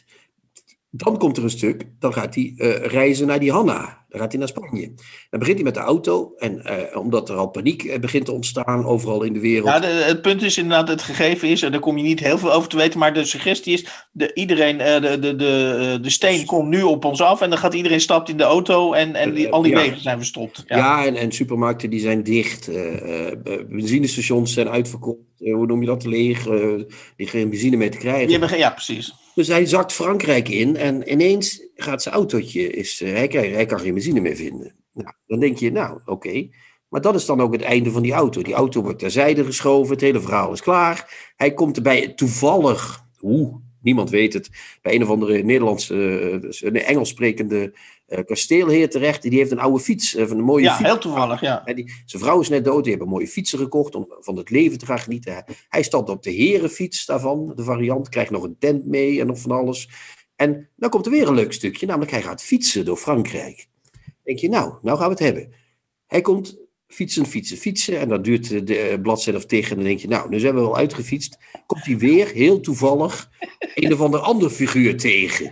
Dan komt er een stuk, dan gaat hij uh, reizen naar die Hanna. Dan gaat hij naar Spanje. Dan begint hij met de auto. En uh, omdat er al paniek uh, begint te ontstaan overal in de wereld. Ja, de, het punt is inderdaad, het gegeven is, en daar kom je niet heel veel over te weten, maar de suggestie is, de, iedereen, uh, de, de, de, de steen komt nu op ons af en dan gaat iedereen stapt in de auto en, en die, al die ja. wegen zijn verstopt. Ja, ja en, en supermarkten die zijn dicht. Uh, uh, benzinestations zijn uitverkocht. Uh, hoe noem je dat? Leeg. Uh, die geen benzine meer te krijgen. Die hebben, ja, precies. Dus hij zakt Frankrijk in en ineens gaat zijn autootje, is, uh, hij, krijgt, hij kan geen benzine meer vinden. Nou, dan denk je, nou, oké. Okay. Maar dat is dan ook het einde van die auto. Die auto wordt terzijde geschoven, het hele verhaal is klaar. Hij komt erbij toevallig, oeh, niemand weet het, bij een of andere Nederlandse, uh, een Engels sprekende uh, kasteelheer terecht. Die heeft een oude fiets, uh, van een mooie ja, fiets. Ja, heel toevallig, ja. Die, zijn vrouw is net dood, die hebben mooie fietsen gekocht om van het leven te gaan genieten. Hij, hij stapt op de herenfiets daarvan, de variant, krijgt nog een tent mee en nog van alles. En dan komt er weer een leuk stukje, namelijk hij gaat fietsen door Frankrijk. Denk je, nou, nou gaan we het hebben. Hij komt fietsen, fietsen, fietsen. En dan duurt de, de bladzijde of tegen. En dan denk je, nou, nu zijn we wel uitgefietst. Komt hij weer, heel toevallig, een of ander ander figuur tegen.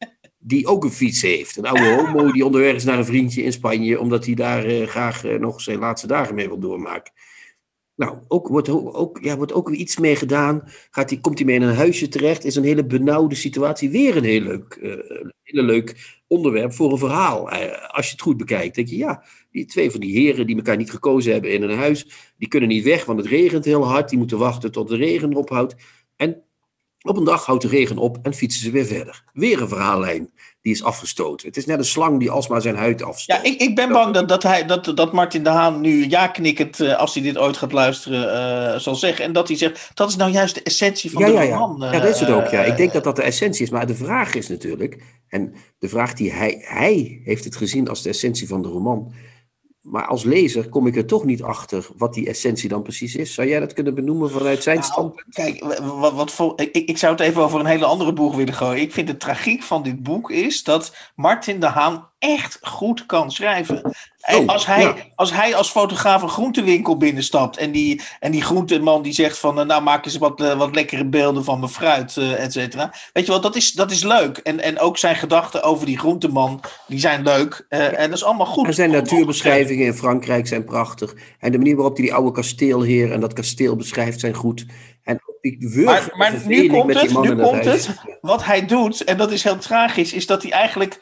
Die ook een fiets heeft. Een oude homo die onderweg is naar een vriendje in Spanje. Omdat hij daar uh, graag uh, nog zijn laatste dagen mee wil doormaken. Nou, ook, wordt, ook, ja, wordt ook weer iets mee gedaan. Gaat die, komt hij mee in een huisje terecht. Is een hele benauwde situatie. Weer een heel leuk, uh, hele leuk onderwerp voor een verhaal. Uh, als je het goed bekijkt. Denk je, ja, die twee van die heren die elkaar niet gekozen hebben in een huis. Die kunnen niet weg, want het regent heel hard. Die moeten wachten tot de regen ophoudt. En op een dag houdt de regen op en fietsen ze weer verder. Weer een verhaallijn die is afgestoten. Het is net een slang die alsmaar zijn huid afstoot. Ja, ik, ik ben bang dat, dat, hij, dat, dat Martin de Haan nu ja knikkend, uh, als hij dit ooit gaat luisteren, uh, zal zeggen. En dat hij zegt, dat is nou juist de essentie van ja, de ja, ja. roman. Uh, ja, dat is het ook. Ja. uh, Ik denk dat dat de essentie is. Maar de vraag is natuurlijk, en de vraag die hij, hij heeft het gezien als de essentie van de roman. Maar als lezer kom ik er toch niet achter wat die essentie dan precies is. Zou jij dat kunnen benoemen vanuit zijn nou, standpunt? Kijk, wat, wat voor, ik, ik zou het even over een hele andere boeg willen gooien. Ik vind de tragiek van dit boek is dat Martin de Haan echt goed kan schrijven. Oh, als, hij, ja. als hij als fotograaf een groentewinkel binnenstapt en die, en die groenteman die zegt van nou maak eens wat, uh, wat lekkere beelden van mijn fruit, uh, et cetera. Weet je wel, dat is, dat is leuk. En, en ook zijn gedachten over die groenteman, die zijn leuk. Uh, en dat is allemaal goed. En zijn natuurbeschrijvingen in Frankrijk zijn prachtig. En de manier waarop hij die oude kasteelheer en dat kasteel beschrijft zijn goed. En ook die maar maar nu komt met het, die nu komt huis. het. Wat hij doet, en dat is heel tragisch, is dat hij eigenlijk...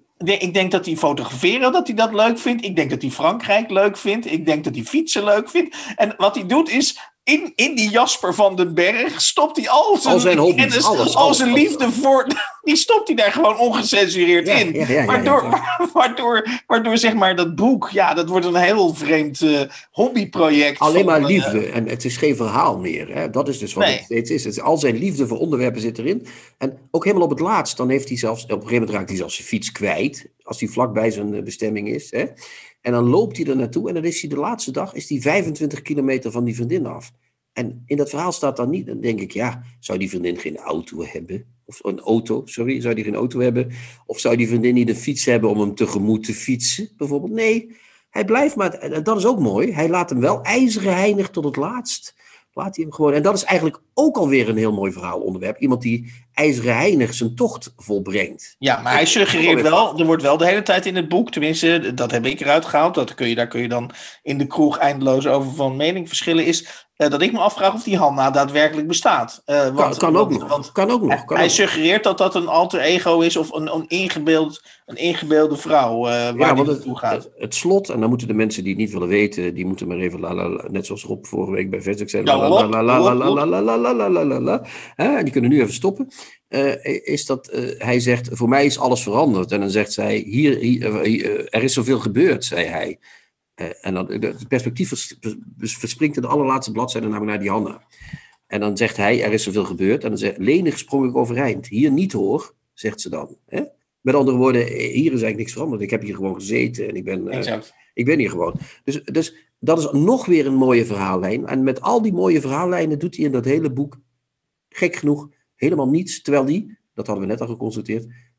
Ik denk dat hij fotograferen, dat hij dat leuk vindt. Ik denk dat hij Frankrijk leuk vindt. Ik denk dat hij fietsen leuk vindt. En wat hij doet is, in, in die Jasper van den Berg stopt hij al zijn, al zijn hobby's, kennis, alles, al alles, zijn alles. liefde voor... Die stopt hij daar gewoon ongecensureerd Ja, in. ja, ja, ja, waardoor, ja, ja. waardoor, waardoor zeg maar dat boek, ja, dat wordt een heel vreemd uh, hobbyproject. Alleen van, maar uh, liefde. En het is geen verhaal meer. Hè? Dat is dus wat Nee. het steeds is. Het is. Al zijn liefde voor onderwerpen zit erin. En ook helemaal op het laatst. Dan heeft hij zelfs, op een gegeven moment raakt hij zelfs zijn fiets kwijt. Als hij vlakbij zijn bestemming is. Hè? En dan loopt hij er naartoe. En dan is hij de laatste dag is hij vijfentwintig kilometer van die vriendin af. En in dat verhaal staat dan niet. Dan denk ik, ja, zou die vriendin geen auto hebben? Of een auto, sorry. Zou die geen auto hebben? Of zou die vriendin niet een fiets hebben om hem tegemoet te fietsen? Bijvoorbeeld, nee. Hij blijft maar, dat is ook mooi. Hij laat hem wel ijzeren heinig tot het laatst. Laat hij hem gewoon. En dat is eigenlijk ook alweer een heel mooi verhaalonderwerp. Iemand die ijzeren heinig zijn tocht volbrengt. Ja, maar hij suggereert wel, er wordt wel de hele tijd in het boek, tenminste, dat heb ik eruit gehaald, dat kun je, daar kun je dan in de kroeg eindeloos over van mening verschillen, is uh, dat ik me afvraag of die Hanna daadwerkelijk bestaat. Uh, want, kan, kan, ook want, nog. Want kan ook nog. Hij, Kan hij ook. suggereert dat dat een alter ego is of een, een, ingebeeld, een ingebeelde vrouw uh, waar Ja, die want naartoe het, gaat. het, het slot, en dan moeten de mensen die het niet willen weten, die moeten maar even, la, la, la, net zoals Rob vorige week bij Vestek zei, Ja, la, la, Rob, la, la, la, Rob, la, la, la, la, la, la, la, la. Hè, en die kunnen nu even stoppen. Uh, is dat uh, hij zegt, voor mij is alles veranderd. En dan zegt zij, hier, hier, hier er is zoveel gebeurd, zei hij. Uh, en dan, het perspectief vers, vers, verspringt in de allerlaatste bladzijde namelijk naar die Hanna. En dan zegt hij, er is zoveel gebeurd. En dan zegt, lenig sprong ik overeind. Hier niet hoor, zegt ze dan. Hè? Met andere woorden, hier is eigenlijk niks veranderd. Ik heb hier gewoon gezeten en ik ben, uh, Exact. ik ben hier gewoon. Dus, dus dat is nog weer een mooie verhaallijn. En met al die mooie verhaallijnen doet hij in dat hele boek, gek genoeg, helemaal niets. Terwijl die, dat hadden we net al geconstateerd,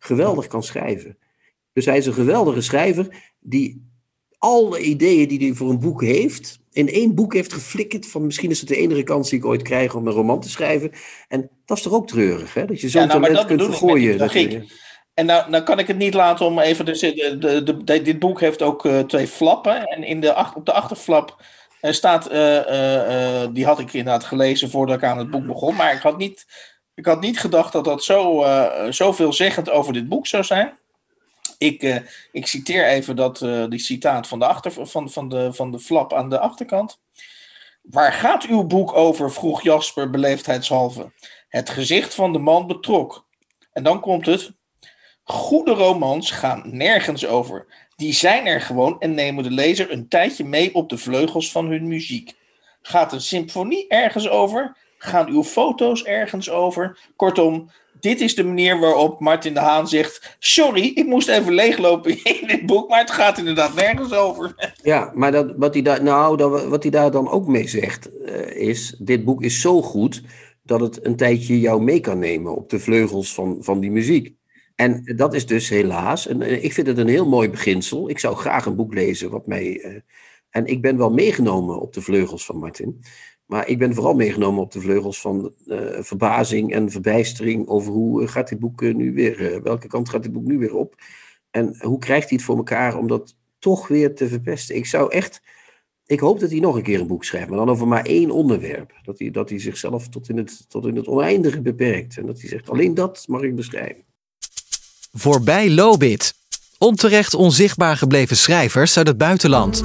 geweldig kan schrijven. Dus hij is een geweldige schrijver die alle ideeën die hij voor een boek heeft, in één boek heeft geflikkerd van misschien is het de enige kans die ik ooit krijg om een roman te schrijven. En dat is toch ook treurig, hè? Dat je zo'n Ja, nou, talent kunt vergooien. Dat je, en nou, nou kan ik het niet laten om even... De, de, de, de, dit boek heeft ook uh, twee flappen. En in de, op de achterflap uh, staat... Uh, uh, uh, die had ik inderdaad gelezen voordat ik aan het boek begon. Maar ik had niet, ik had niet gedacht dat dat zo, uh, zo veelzeggend over dit boek zou zijn. Ik, uh, ik citeer even dat, uh, die citaat van de, achter, van, van, de, van de flap aan de achterkant. Waar gaat uw boek over? Vroeg Jasper beleefdheidshalve. Het gezicht van de man betrok. En dan komt het... Goede romans gaan nergens over. Die zijn er gewoon en nemen de lezer een tijdje mee op de vleugels van hun muziek. Gaat een symfonie ergens over? Gaan uw foto's ergens over? Kortom, dit is de manier waarop Martin de Haan zegt... Sorry, ik moest even leeglopen in dit boek, maar het gaat inderdaad nergens over. Ja, maar dat, wat, hij daar, nou, dat, wat hij daar dan ook mee zegt uh, is... Dit boek is zo goed dat het een tijdje jou mee kan nemen op de vleugels van, van die muziek. En dat is dus helaas, en ik vind het een heel mooi beginsel. Ik zou graag een boek lezen wat mij... Uh, en ik ben wel meegenomen op de vleugels van Martin. Maar ik ben vooral meegenomen op de vleugels van uh, verbazing en verbijstering... over hoe gaat dit boek uh, nu weer... Uh, welke kant gaat dit boek nu weer op? En hoe krijgt hij het voor elkaar om dat toch weer te verpesten? Ik zou echt... Ik hoop dat hij nog een keer een boek schrijft, maar dan over maar één onderwerp. Dat hij, dat hij zichzelf tot in, het, tot in het oneindige beperkt. En dat hij zegt, alleen dat mag ik beschrijven. Voorbij Lobit. Onterecht onzichtbaar gebleven schrijvers uit het buitenland.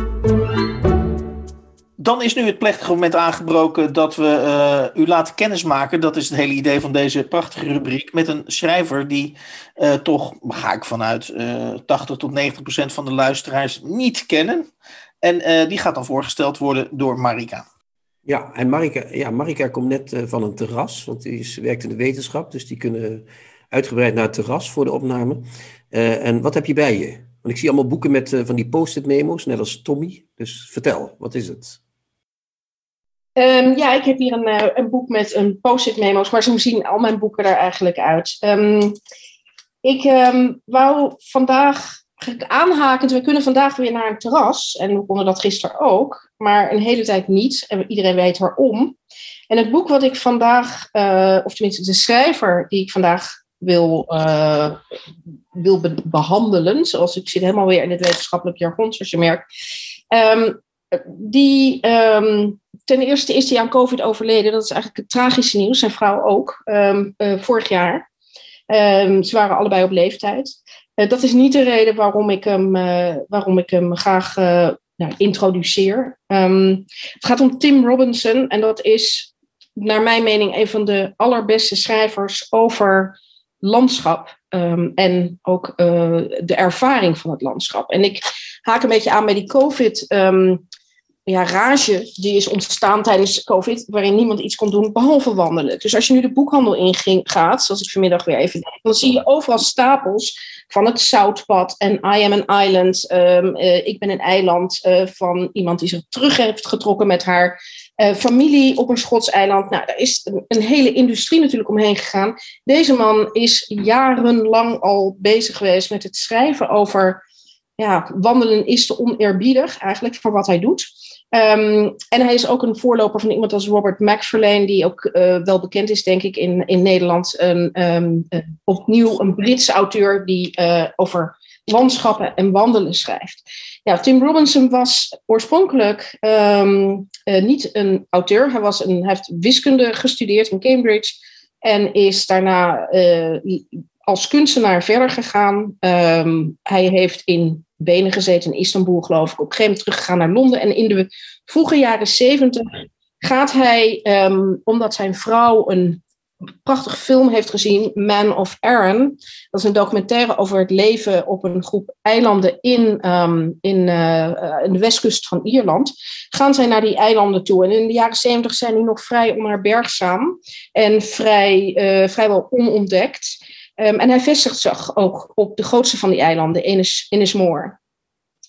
Dan is nu het plechtige moment aangebroken dat we uh, u laten kennismaken. Dat is het hele idee van deze prachtige rubriek. Met een schrijver die uh, toch, ga ik vanuit, uh, tachtig tot negentig procent van de luisteraars niet kennen. En uh, die gaat dan voorgesteld worden door Marika. Ja, en Marika, ja, Marika komt net uh, van een terras, want die is, werkt in de wetenschap. Dus die kunnen uitgebreid naar het terras voor de opname. Uh, en wat heb je bij je? Want ik zie allemaal boeken met uh, van die post-it memo's, net als Tommy. Dus vertel, wat is het? Um, ja, ik heb hier een, uh, een boek met een post-it memo's, maar zo zien al mijn boeken er eigenlijk uit. Um, ik um, wou vandaag aanhakend, we kunnen vandaag weer naar een terras. En we konden dat gisteren ook, maar een hele tijd niet. En iedereen weet waarom. En het boek wat ik vandaag, uh, of tenminste de schrijver die ik vandaag wil, uh, wil be- behandelen, zoals ik zit helemaal weer in het wetenschappelijk jargon, zoals je merkt. Um, die, um, ten eerste is hij aan COVID overleden. Dat is eigenlijk het tragische nieuws. Zijn vrouw ook, um, uh, vorig jaar. Um, ze waren allebei op leeftijd. Uh, dat is niet de reden waarom ik hem, uh, waarom ik hem graag uh, nou, introduceer. Um, het gaat om Tim Robinson. En dat is, naar mijn mening, een van de allerbeste schrijvers over landschap. Um, en ook uh, de ervaring van het landschap. En ik haak een beetje aan bij die COVID... Um, ja, rage die is ontstaan tijdens COVID, waarin niemand iets kon doen behalve wandelen. Dus als je nu de boekhandel ingaat, zoals ik vanmiddag weer even deed, dan zie je overal stapels van het Zoutpad en I am an island. Um, uh, ik ben een eiland uh, van iemand die zich terug heeft getrokken met haar uh, familie op een Schots eiland. Nou, daar is een, een hele industrie natuurlijk omheen gegaan. Deze man is jarenlang al bezig geweest met het schrijven over... Ja, wandelen is te oneerbiedig eigenlijk voor wat hij doet. Um, en hij is ook een voorloper van iemand als Robert Macfarlane, die ook uh, wel bekend is, denk ik, in, in Nederland. Een, um, uh, opnieuw een Britse auteur die uh, over landschappen en wandelen schrijft. Ja, Tim Robinson was oorspronkelijk um, uh, niet een auteur. Hij, was een, hij heeft wiskunde gestudeerd in Cambridge en is daarna uh, als kunstenaar verder gegaan. Um, hij heeft in Wenen gezeten, in Istanbul geloof ik, op een gegeven moment teruggegaan naar Londen. En in de vroege jaren zeventig gaat hij, um, omdat zijn vrouw een prachtige film heeft gezien, Man of Arran. Dat is een documentaire over het leven op een groep eilanden in, um, in, uh, in de westkust van Ierland. Gaan zij naar die eilanden toe. En in de jaren zeventig zijn die nog vrij onherbergzaam en vrij, uh, vrijwel onontdekt. Um, en hij vestigt zich ook op de grootste van die eilanden, Innis, Innismore.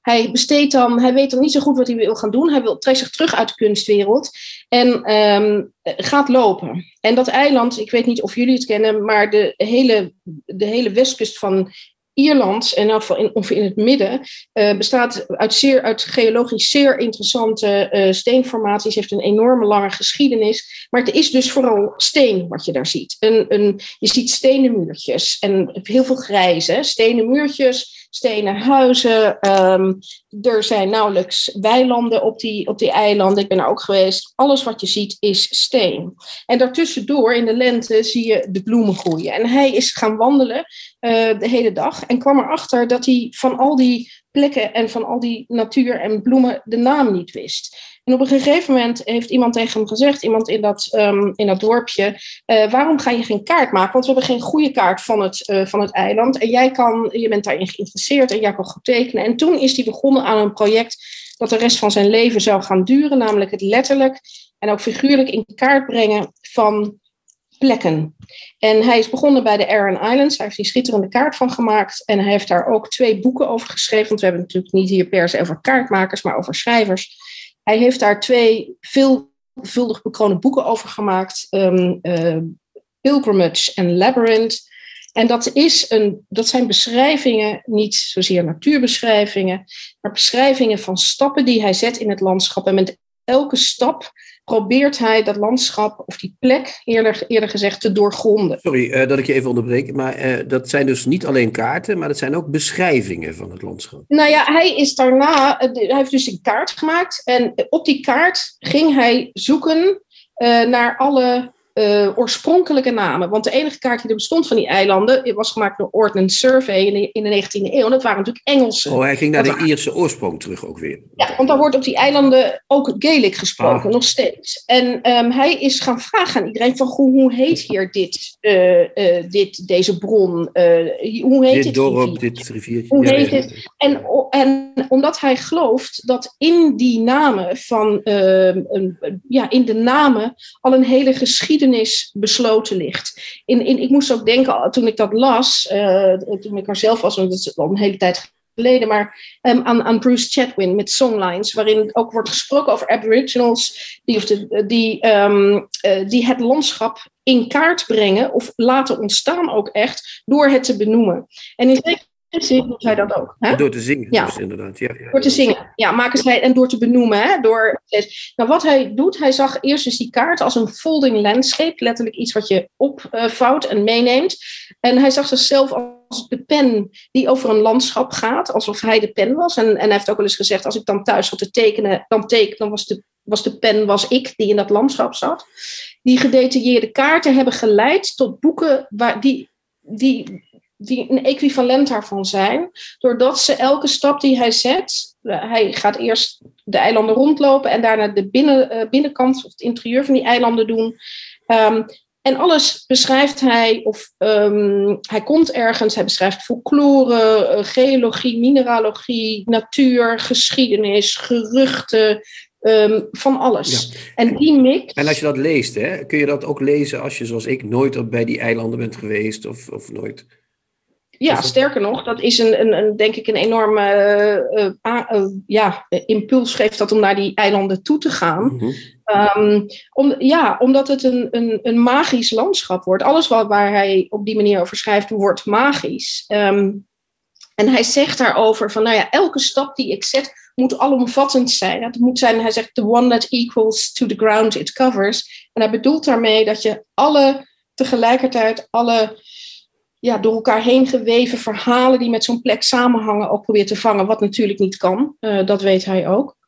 hij besteedt dan, hij weet dan niet zo goed wat hij wil gaan doen. Hij wil, trekt zich terug uit de kunstwereld en um, gaat lopen. En dat eiland, ik weet niet of jullie het kennen, maar de hele, de hele westkust van Ierland, en in elk geval in, ongeveer in het midden, uh, bestaat uit, zeer, uit geologisch zeer interessante uh, steenformaties, heeft een enorme lange geschiedenis. Maar het is dus vooral steen wat je daar ziet. Een, een, je ziet stenen muurtjes en heel veel grijze, stenen muurtjes, stenen huizen. Um, er zijn nauwelijks weilanden op die, op die eilanden. Ik ben er ook geweest. Alles wat je ziet is steen. En daartussendoor in de lente zie je de bloemen groeien. En hij is gaan wandelen uh, de hele dag en kwam erachter dat hij van al die plekken en van al die natuur en bloemen de naam niet wist. En op een gegeven moment heeft iemand tegen hem gezegd, iemand in dat, um, in dat dorpje, uh, waarom ga je geen kaart maken? Want we hebben geen goede kaart van het, uh, van het eiland. En jij kan, je bent daarin geïnteresseerd en jij kan goed tekenen. En toen is hij begonnen aan een project dat de rest van zijn leven zou gaan duren. Namelijk het letterlijk en ook figuurlijk in kaart brengen van plekken. En hij is begonnen bij de Aran Islands. Hij heeft die schitterende kaart van gemaakt. En hij heeft daar ook twee boeken over geschreven. Want we hebben het natuurlijk niet hier per se over kaartmakers, maar over schrijvers. Hij heeft daar twee veelvuldig bekroonde boeken over gemaakt. Um, uh, Pilgrimage en Labyrinth. En dat, is een, dat zijn beschrijvingen, niet zozeer natuurbeschrijvingen, maar beschrijvingen van stappen die hij zet in het landschap. En met elke stap probeert hij dat landschap, of die plek, eerder, eerder gezegd, te doorgronden. Sorry uh, dat ik je even onderbreek, maar uh, dat zijn dus niet alleen kaarten, maar dat zijn ook beschrijvingen van het landschap. Nou ja, hij is daarna, uh, hij heeft dus een kaart gemaakt en op die kaart ging hij zoeken uh, naar alle uh, oorspronkelijke namen. Want de enige kaart die er bestond van die eilanden was gemaakt door Ordnance Survey in de, in de negentiende eeuw. En dat waren natuurlijk Engelsen. Oh, hij ging naar de Ierse oorsprong terug ook weer. Ja, want daar wordt op die eilanden ook Gaelic gesproken, ah. nog steeds. En um, hij is gaan vragen aan iedereen van hoe, hoe heet hier dit, uh, uh, dit, deze bron? Uh, hoe heet dit dit dorp, rivier? dit riviertje. Hoe ja, heet ja. het? En, en omdat hij gelooft dat in die namen van, uh, een, ja, in de namen al een hele geschiedenis besloten ligt. In, in, ik moest ook denken, toen ik dat las, uh, toen ik er zelf was, want dat is al een hele tijd geleden, maar um, aan, aan Bruce Chatwin met Songlines, waarin ook wordt gesproken over aboriginals die, of de, die, um, uh, die het landschap in kaart brengen of laten ontstaan ook echt door het te benoemen. En in zekere zin doet hij dat ook. Hè? Door te zingen, ja. dus inderdaad. Ja, ja. Door te zingen, ja, maken zij en door te benoemen. Hè? Door, nou, wat hij doet, hij zag eerst dus die kaart als een folding landscape, letterlijk iets wat je opvouwt uh, en meeneemt. En hij zag zichzelf als de pen die over een landschap gaat, alsof hij de pen was. En, en hij heeft ook wel eens gezegd, als ik dan thuis zat te tekenen, dan, teken, dan was, de, was de pen, was ik die in dat landschap zat. Die gedetailleerde kaarten hebben geleid tot boeken waar die... die die een equivalent daarvan zijn, doordat ze elke stap die hij zet, hij gaat eerst de eilanden rondlopen en daarna de binnen, uh, binnenkant of het interieur van die eilanden doen. Um, en alles beschrijft hij, of um, hij komt ergens, hij beschrijft folklore, uh, geologie, mineralogie, natuur, geschiedenis, geruchten, Um, van alles. Ja. En die mix... En als je dat leest, hè, kun je dat ook lezen als je, zoals ik, nooit bij die eilanden bent geweest of, of nooit... Ja, sterker nog, dat is een, een, een, denk ik een enorme uh, uh, uh, ja, impuls geeft dat om naar die eilanden toe te gaan. Mm-hmm. Um, om, ja, omdat het een, een, een magisch landschap wordt. Alles wat, waar hij op die manier over schrijft, wordt magisch. Um, en hij zegt daarover van, nou ja, elke stap die ik zet moet alomvattend zijn. Het moet zijn, hij zegt, the one that equals to the ground it covers. En hij bedoelt daarmee dat je alle, tegelijkertijd alle... ja, door elkaar heen geweven verhalen die met zo'n plek samenhangen ook probeert te vangen, wat natuurlijk niet kan. Uh, dat weet hij ook.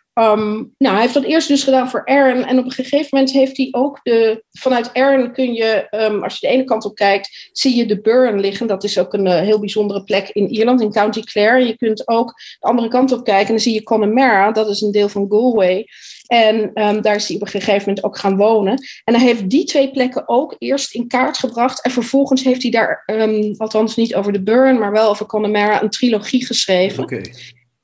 Um, nou, hij heeft dat eerst dus gedaan voor Aran en op een gegeven moment heeft hij ook de... Vanuit Aran kun je, um, als je de ene kant op kijkt, zie je de Burren liggen. Dat is ook een uh, heel bijzondere plek in Ierland, in County Clare. Je kunt ook de andere kant op kijken en dan zie je Connemara, dat is een deel van Galway. En um, daar is hij op een gegeven moment ook gaan wonen. En hij heeft die twee plekken ook eerst in kaart gebracht. En vervolgens heeft hij daar, um, althans niet over de Burren, maar wel over Connemara, een trilogie geschreven. Okay.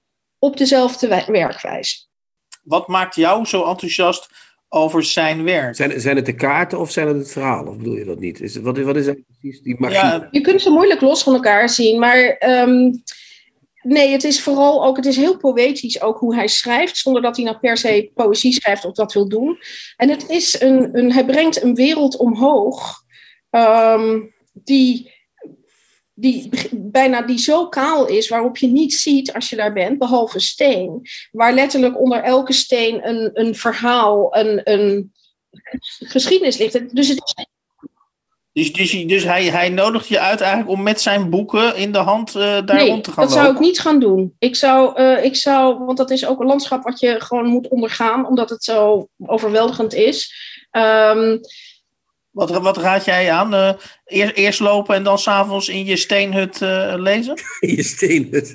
Op dezelfde wij- werkwijze. Wat maakt jou zo enthousiast over zijn werk? Zijn, zijn het de kaarten of zijn het het verhaal? Of bedoel je dat niet? Is, wat, wat is eigenlijk precies die magie? Ja, Je kunt ze moeilijk los van elkaar zien, maar... Um, nee, het is vooral ook, het is heel poëtisch ook hoe hij schrijft, zonder dat hij nou per se poëzie schrijft of dat wil doen. En het is een, een hij brengt een wereld omhoog um, die, die bijna die zo kaal is, waarop je niet ziet als je daar bent, behalve steen. Waar letterlijk onder elke steen een, een verhaal, een, een geschiedenis ligt. Dus het is Dus, dus, dus hij, hij nodigt je uit eigenlijk om met zijn boeken in de hand uh, daar nee, rond te gaan dat lopen? zou ik niet gaan doen. Ik zou, uh, ik zou, want dat is ook een landschap wat je gewoon moet ondergaan, omdat het zo overweldigend is. Um, wat, wat raad jij aan? Uh, eerst, eerst lopen en dan 's avonds in je steenhut uh, lezen? In je steenhut.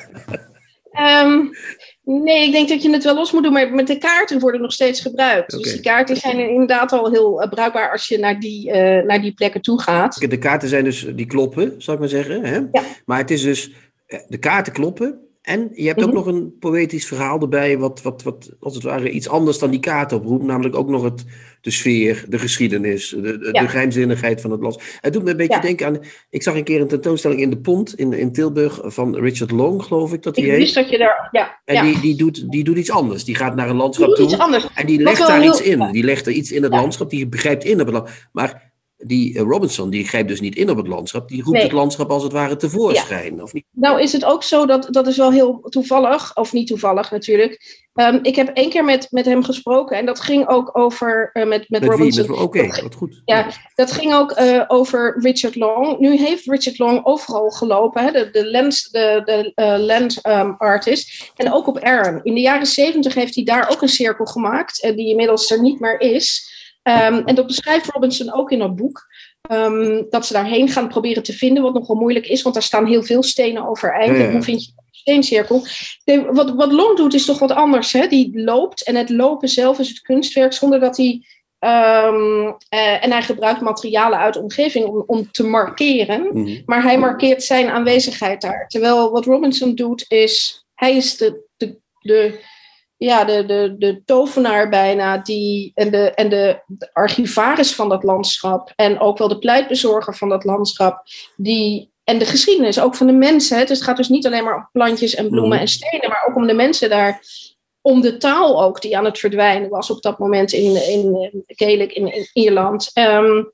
um, Nee, ik denk dat je het wel los moet doen, maar met de kaarten worden nog steeds gebruikt. Okay. Dus die kaarten zijn inderdaad al heel uh, bruikbaar als je naar die, uh, naar die plekken toe gaat. De kaarten zijn dus, die kloppen, zal ik maar zeggen. Hè? Ja. Maar het is dus, de kaarten kloppen en je hebt mm-hmm. ook nog een poëtisch verhaal erbij, wat, wat, wat als het ware iets anders dan die kaarten oproept. Namelijk ook nog het, de sfeer, de geschiedenis, de, de, ja. de geheimzinnigheid van het land. Het doet me een beetje ja. denken aan, ik zag een keer een tentoonstelling in de Pont in, in Tilburg van Richard Long, geloof ik dat hij heet. Ik wist dat je daar, ja. En ja. Die, die, doet, die doet iets anders. Die gaat naar een landschap die toe. Iets anders. En die legt daar heel, iets in. ja. Die legt er iets in het ja. landschap. Die begrijpt in op het landschap. Maar die uh, Robinson, die grijpt dus niet in op het landschap. Die roept nee. het landschap als het ware tevoorschijn. Ja. Of niet? Nou is het ook zo, dat, dat is wel heel toevallig. Of niet toevallig natuurlijk. Um, ik heb één keer met, met hem gesproken. En dat ging ook over... Uh, met, met, met Robinson. Oké, okay, wat goed. Ja, dat ging ook uh, over Richard Long. Nu heeft Richard Long overal gelopen. Hè, de, de land, de, de, uh, land um, artist. En ook op Arran. In de jaren zeventig heeft hij daar ook een cirkel gemaakt. Uh, die inmiddels er niet meer is. Um, en dat beschrijft Robinson ook in dat boek. Um, dat ze daarheen gaan proberen te vinden. Wat nogal moeilijk is. Want daar staan heel veel stenen overeind. Ja, ja. En hoe vind je een steencirkel? De, wat, wat Long doet is toch wat anders. Hè? Die loopt. En het lopen zelf is het kunstwerk. Zonder dat hij... Um, uh, en hij gebruikt materialen uit de omgeving om, om te markeren. Mm-hmm. Maar hij markeert zijn aanwezigheid daar. Terwijl wat Robinson doet is... Hij is de... de, de Ja, de, de, de tovenaar bijna, die, en, de, en de, de archivaris van dat landschap. En ook wel de pleitbezorger van dat landschap. Die, en de geschiedenis, ook van de mensen. Hè. Dus het gaat dus niet alleen maar om plantjes en bloemen mm. en stenen. Maar ook om de mensen daar. Om de taal ook, die aan het verdwijnen was op dat moment in, in Gaelic in, in Ierland. Um,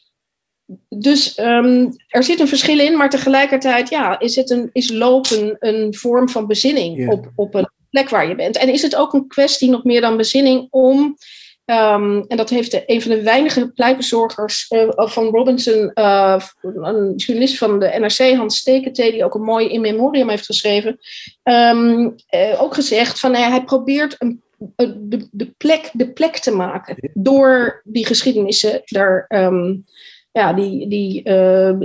dus um, er zit een verschil in. Maar tegelijkertijd ja, is, het een, is lopen een vorm van bezinning yeah. op, op een plek waar je bent. En is het ook een kwestie, nog meer dan bezinning, om, um, en dat heeft de, een van de weinige pleitbezorgers uh, van Robinson, uh, een journalist van de N R C, Hans Steketee, die ook een mooi in memoriam heeft geschreven, um, uh, ook gezegd van uh, hij probeert een, uh, de, de, plek, de plek te maken door die geschiedenissen daar, um, ja, die, die, uh,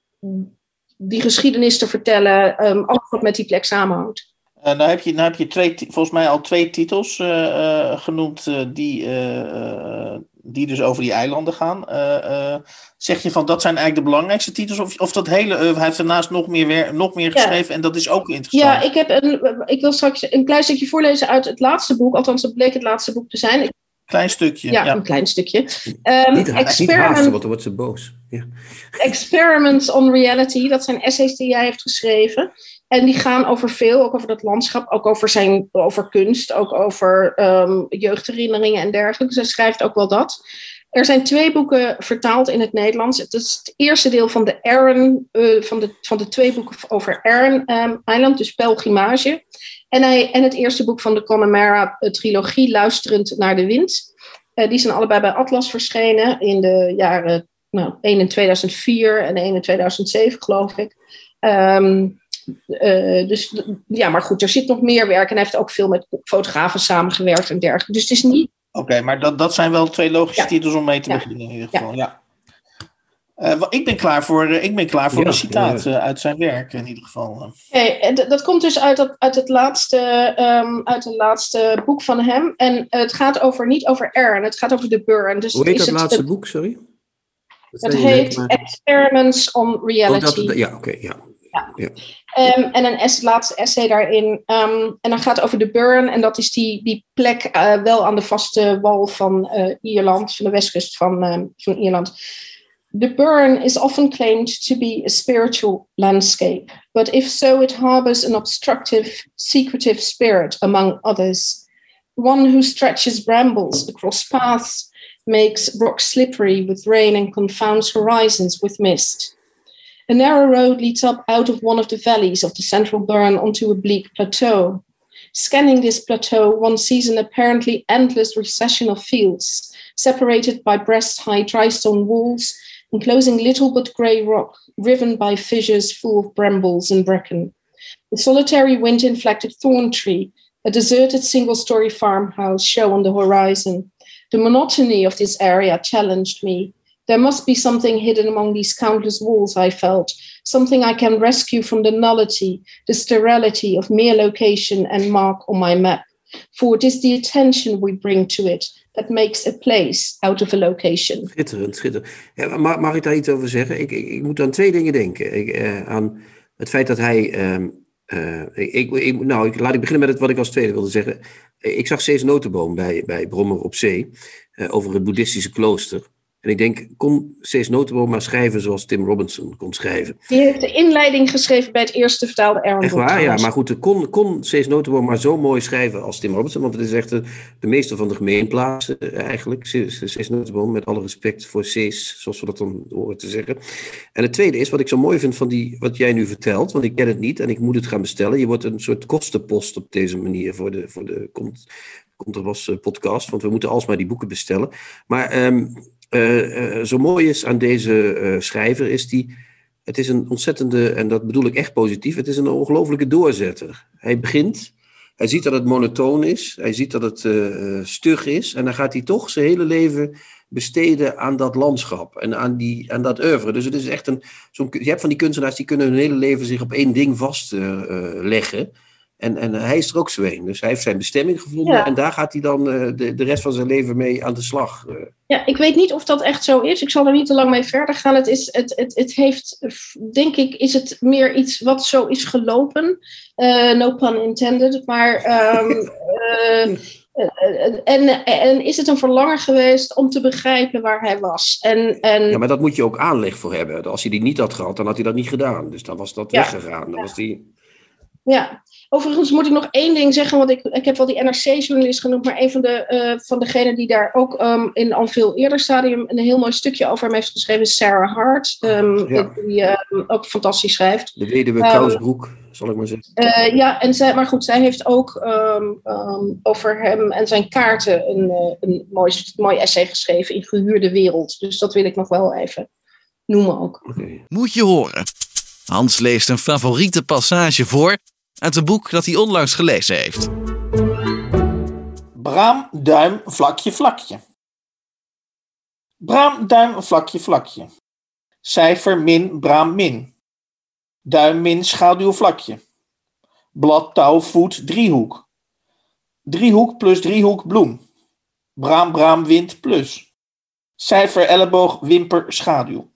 die geschiedenis te vertellen, um, alles wat met die plek samenhangt. Uh, nou heb je, nou heb je twee, volgens mij al twee titels uh, uh, genoemd uh, die, uh, uh, die dus over die eilanden gaan. Uh, uh, zeg je van dat zijn eigenlijk de belangrijkste titels? Of, of dat hele oeuvre, hij heeft daarnaast nog meer, wer- nog meer geschreven ja. En dat is ook interessant. Ja, ik, heb een, ik wil straks een klein stukje voorlezen uit het laatste boek. Althans, dat bleek het laatste boek te zijn. Klein stukje. Ja, ja. een klein stukje. Um, niet, ha- niet haasten, want dan wordt ze boos. Ja. Experiments on Reality, dat zijn essays die hij heeft geschreven. En die gaan over veel, ook over dat landschap, ook over, zijn, over kunst, ook over um, jeugdherinneringen en dergelijke. Dus hij schrijft ook wel dat. Er zijn twee boeken vertaald in het Nederlands. Het is het eerste deel van de Arran, uh, van, de, van de twee boeken over Arran um, Eiland, dus Pelgrimage. En, hij, en het eerste boek van de Connemara trilogie, Luisterend naar de wind. Uh, die zijn allebei bij Atlas verschenen in de jaren, nou, één in tweeduizend vier en één in tweeduizend zeven, geloof ik. Um, Uh, dus ja, maar goed, er zit nog meer werk. En hij heeft ook veel met fotografen samengewerkt en dergelijke. Dus het is niet... Oké, okay, maar dat, dat zijn wel twee logische ja. titels om mee te ja. beginnen in ieder geval. Ja. Ja. Uh, ik ben klaar voor, uh, ik ben klaar voor ja, een citaat ja. uh, uit zijn werk in ieder geval. Okay, en d- dat komt dus uit, dat, uit, het laatste, um, uit het laatste boek van hem. En uh, het gaat over, niet over Arran, het gaat over de Burn. Dus hoe heet is dat het, laatste het, boek, sorry? Dat het heet maar... Experiments on Reality. Oh, dat, ja, oké, okay, ja. Ja. Ja. Um, en een es- laatste essay daarin. Um, en dan gaat het over de Burn. En dat is die, die plek uh, wel aan de vaste wal van uh, Ierland. Van de westkust van, uh, van Ierland. The burn is often claimed to be a spiritual landscape, but if so, it harbors an obstructive, secretive spirit, among others. One who stretches brambles across paths, makes rocks slippery with rain, and confounds horizons with mist. A narrow road leads up out of one of the valleys of the central burn onto a bleak plateau. Scanning this plateau, one sees an apparently endless recession of fields, separated by breast-high dry stone walls, enclosing little but grey rock, riven by fissures full of brambles and bracken. A solitary wind-inflected thorn tree, a deserted single-story farmhouse show on the horizon. The monotony of this area challenged me. There must be something hidden among these countless walls, I felt, something I can rescue from the nullity, the sterility of mere location and mark on my map. For it is the attention we bring to it that makes a place out of a location. Schitterend, schitterend. Ja, mag, mag ik daar iets over zeggen? Ik, ik, ik moet aan twee dingen denken. Ik, uh, aan het feit dat hij... Uh, uh, ik, ik, nou, ik, laat ik beginnen met het wat ik als tweede wilde zeggen. Ik zag Cees Notenboom bij, bij Brommer op Zee, uh, over het boeddhistische klooster. En ik denk, kon Cees Notenboom maar schrijven zoals Tim Robinson kon schrijven. Die heeft de inleiding geschreven bij het eerste vertaalde Aaron. Echt waar, ja. Maar goed, kon, kon Cees Notenboom maar zo mooi schrijven als Tim Robinson. Want het is echt de, de meester van de gemeenplaatsen eigenlijk. Cees Notenboom, met alle respect voor Cees, zoals we dat dan horen te zeggen. En het tweede is, wat ik zo mooi vind van die, wat jij nu vertelt. Want ik ken het niet en ik moet het gaan bestellen. Je wordt een soort kostenpost op deze manier voor de, voor de Contrabas podcast. Want we moeten alsmaar die boeken bestellen. Maar... Um, Uh, uh, zo mooi is aan deze uh, schrijver is die, het is een ontzettende, en dat bedoel ik echt positief, het is een ongelofelijke doorzetter. Hij begint, hij ziet dat het monotoon is, hij ziet dat het uh, stug is en dan gaat hij toch zijn hele leven besteden aan dat landschap en aan, die, aan dat oeuvre. Dus het is echt een, zo'n, je hebt van die kunstenaars die kunnen hun hele leven zich op één ding vastleggen. Uh, uh, En, en hij is er ook zo een. Dus hij heeft zijn bestemming gevonden. Ja. En daar gaat hij dan uh, de, de rest van zijn leven mee aan de slag. Uh. Ja, ik weet niet of dat echt zo is. Ik zal er niet te lang mee verder gaan. Het, is, het, het, het heeft, denk ik, is het meer iets wat zo is gelopen. Uh, no pun intended. Maar... Um, uh, En, en is het een verlangen geweest om te begrijpen waar hij was? En, en... Ja, maar dat moet je ook aanleg voor hebben. Als hij die niet had gehad, dan had hij dat niet gedaan. Dus dan was dat ja. weggegaan. Dan was die... Ja, overigens moet ik nog één ding zeggen, want ik, ik heb wel die N R C-journalist genoemd, maar een van, de, uh, van degenen die daar ook um, in al veel eerder stadium een heel mooi stukje over hem heeft geschreven is Sarah Hart, um, ja. die uh, ook fantastisch schrijft. De weduwe um, Kousbroek, zal ik maar zeggen. Uh, ja, en zij, maar goed, zij heeft ook um, um, over hem en zijn kaarten een, uh, een mooi, mooi essay geschreven in Gehuurde Wereld. Dus dat wil ik nog wel even noemen ook. Okay. Moet je horen. Hans leest een favoriete passage voor uit een boek dat hij onlangs gelezen heeft. Braam, duim, vlakje, vlakje. Braam, duim, vlakje, vlakje. Cijfer min, braam, min. Duim, min, schaduw, vlakje. Blad, touw, voet, driehoek. Driehoek plus driehoek, bloem. Braam, braam, wind, plus. Cijfer, elleboog, wimper, schaduw.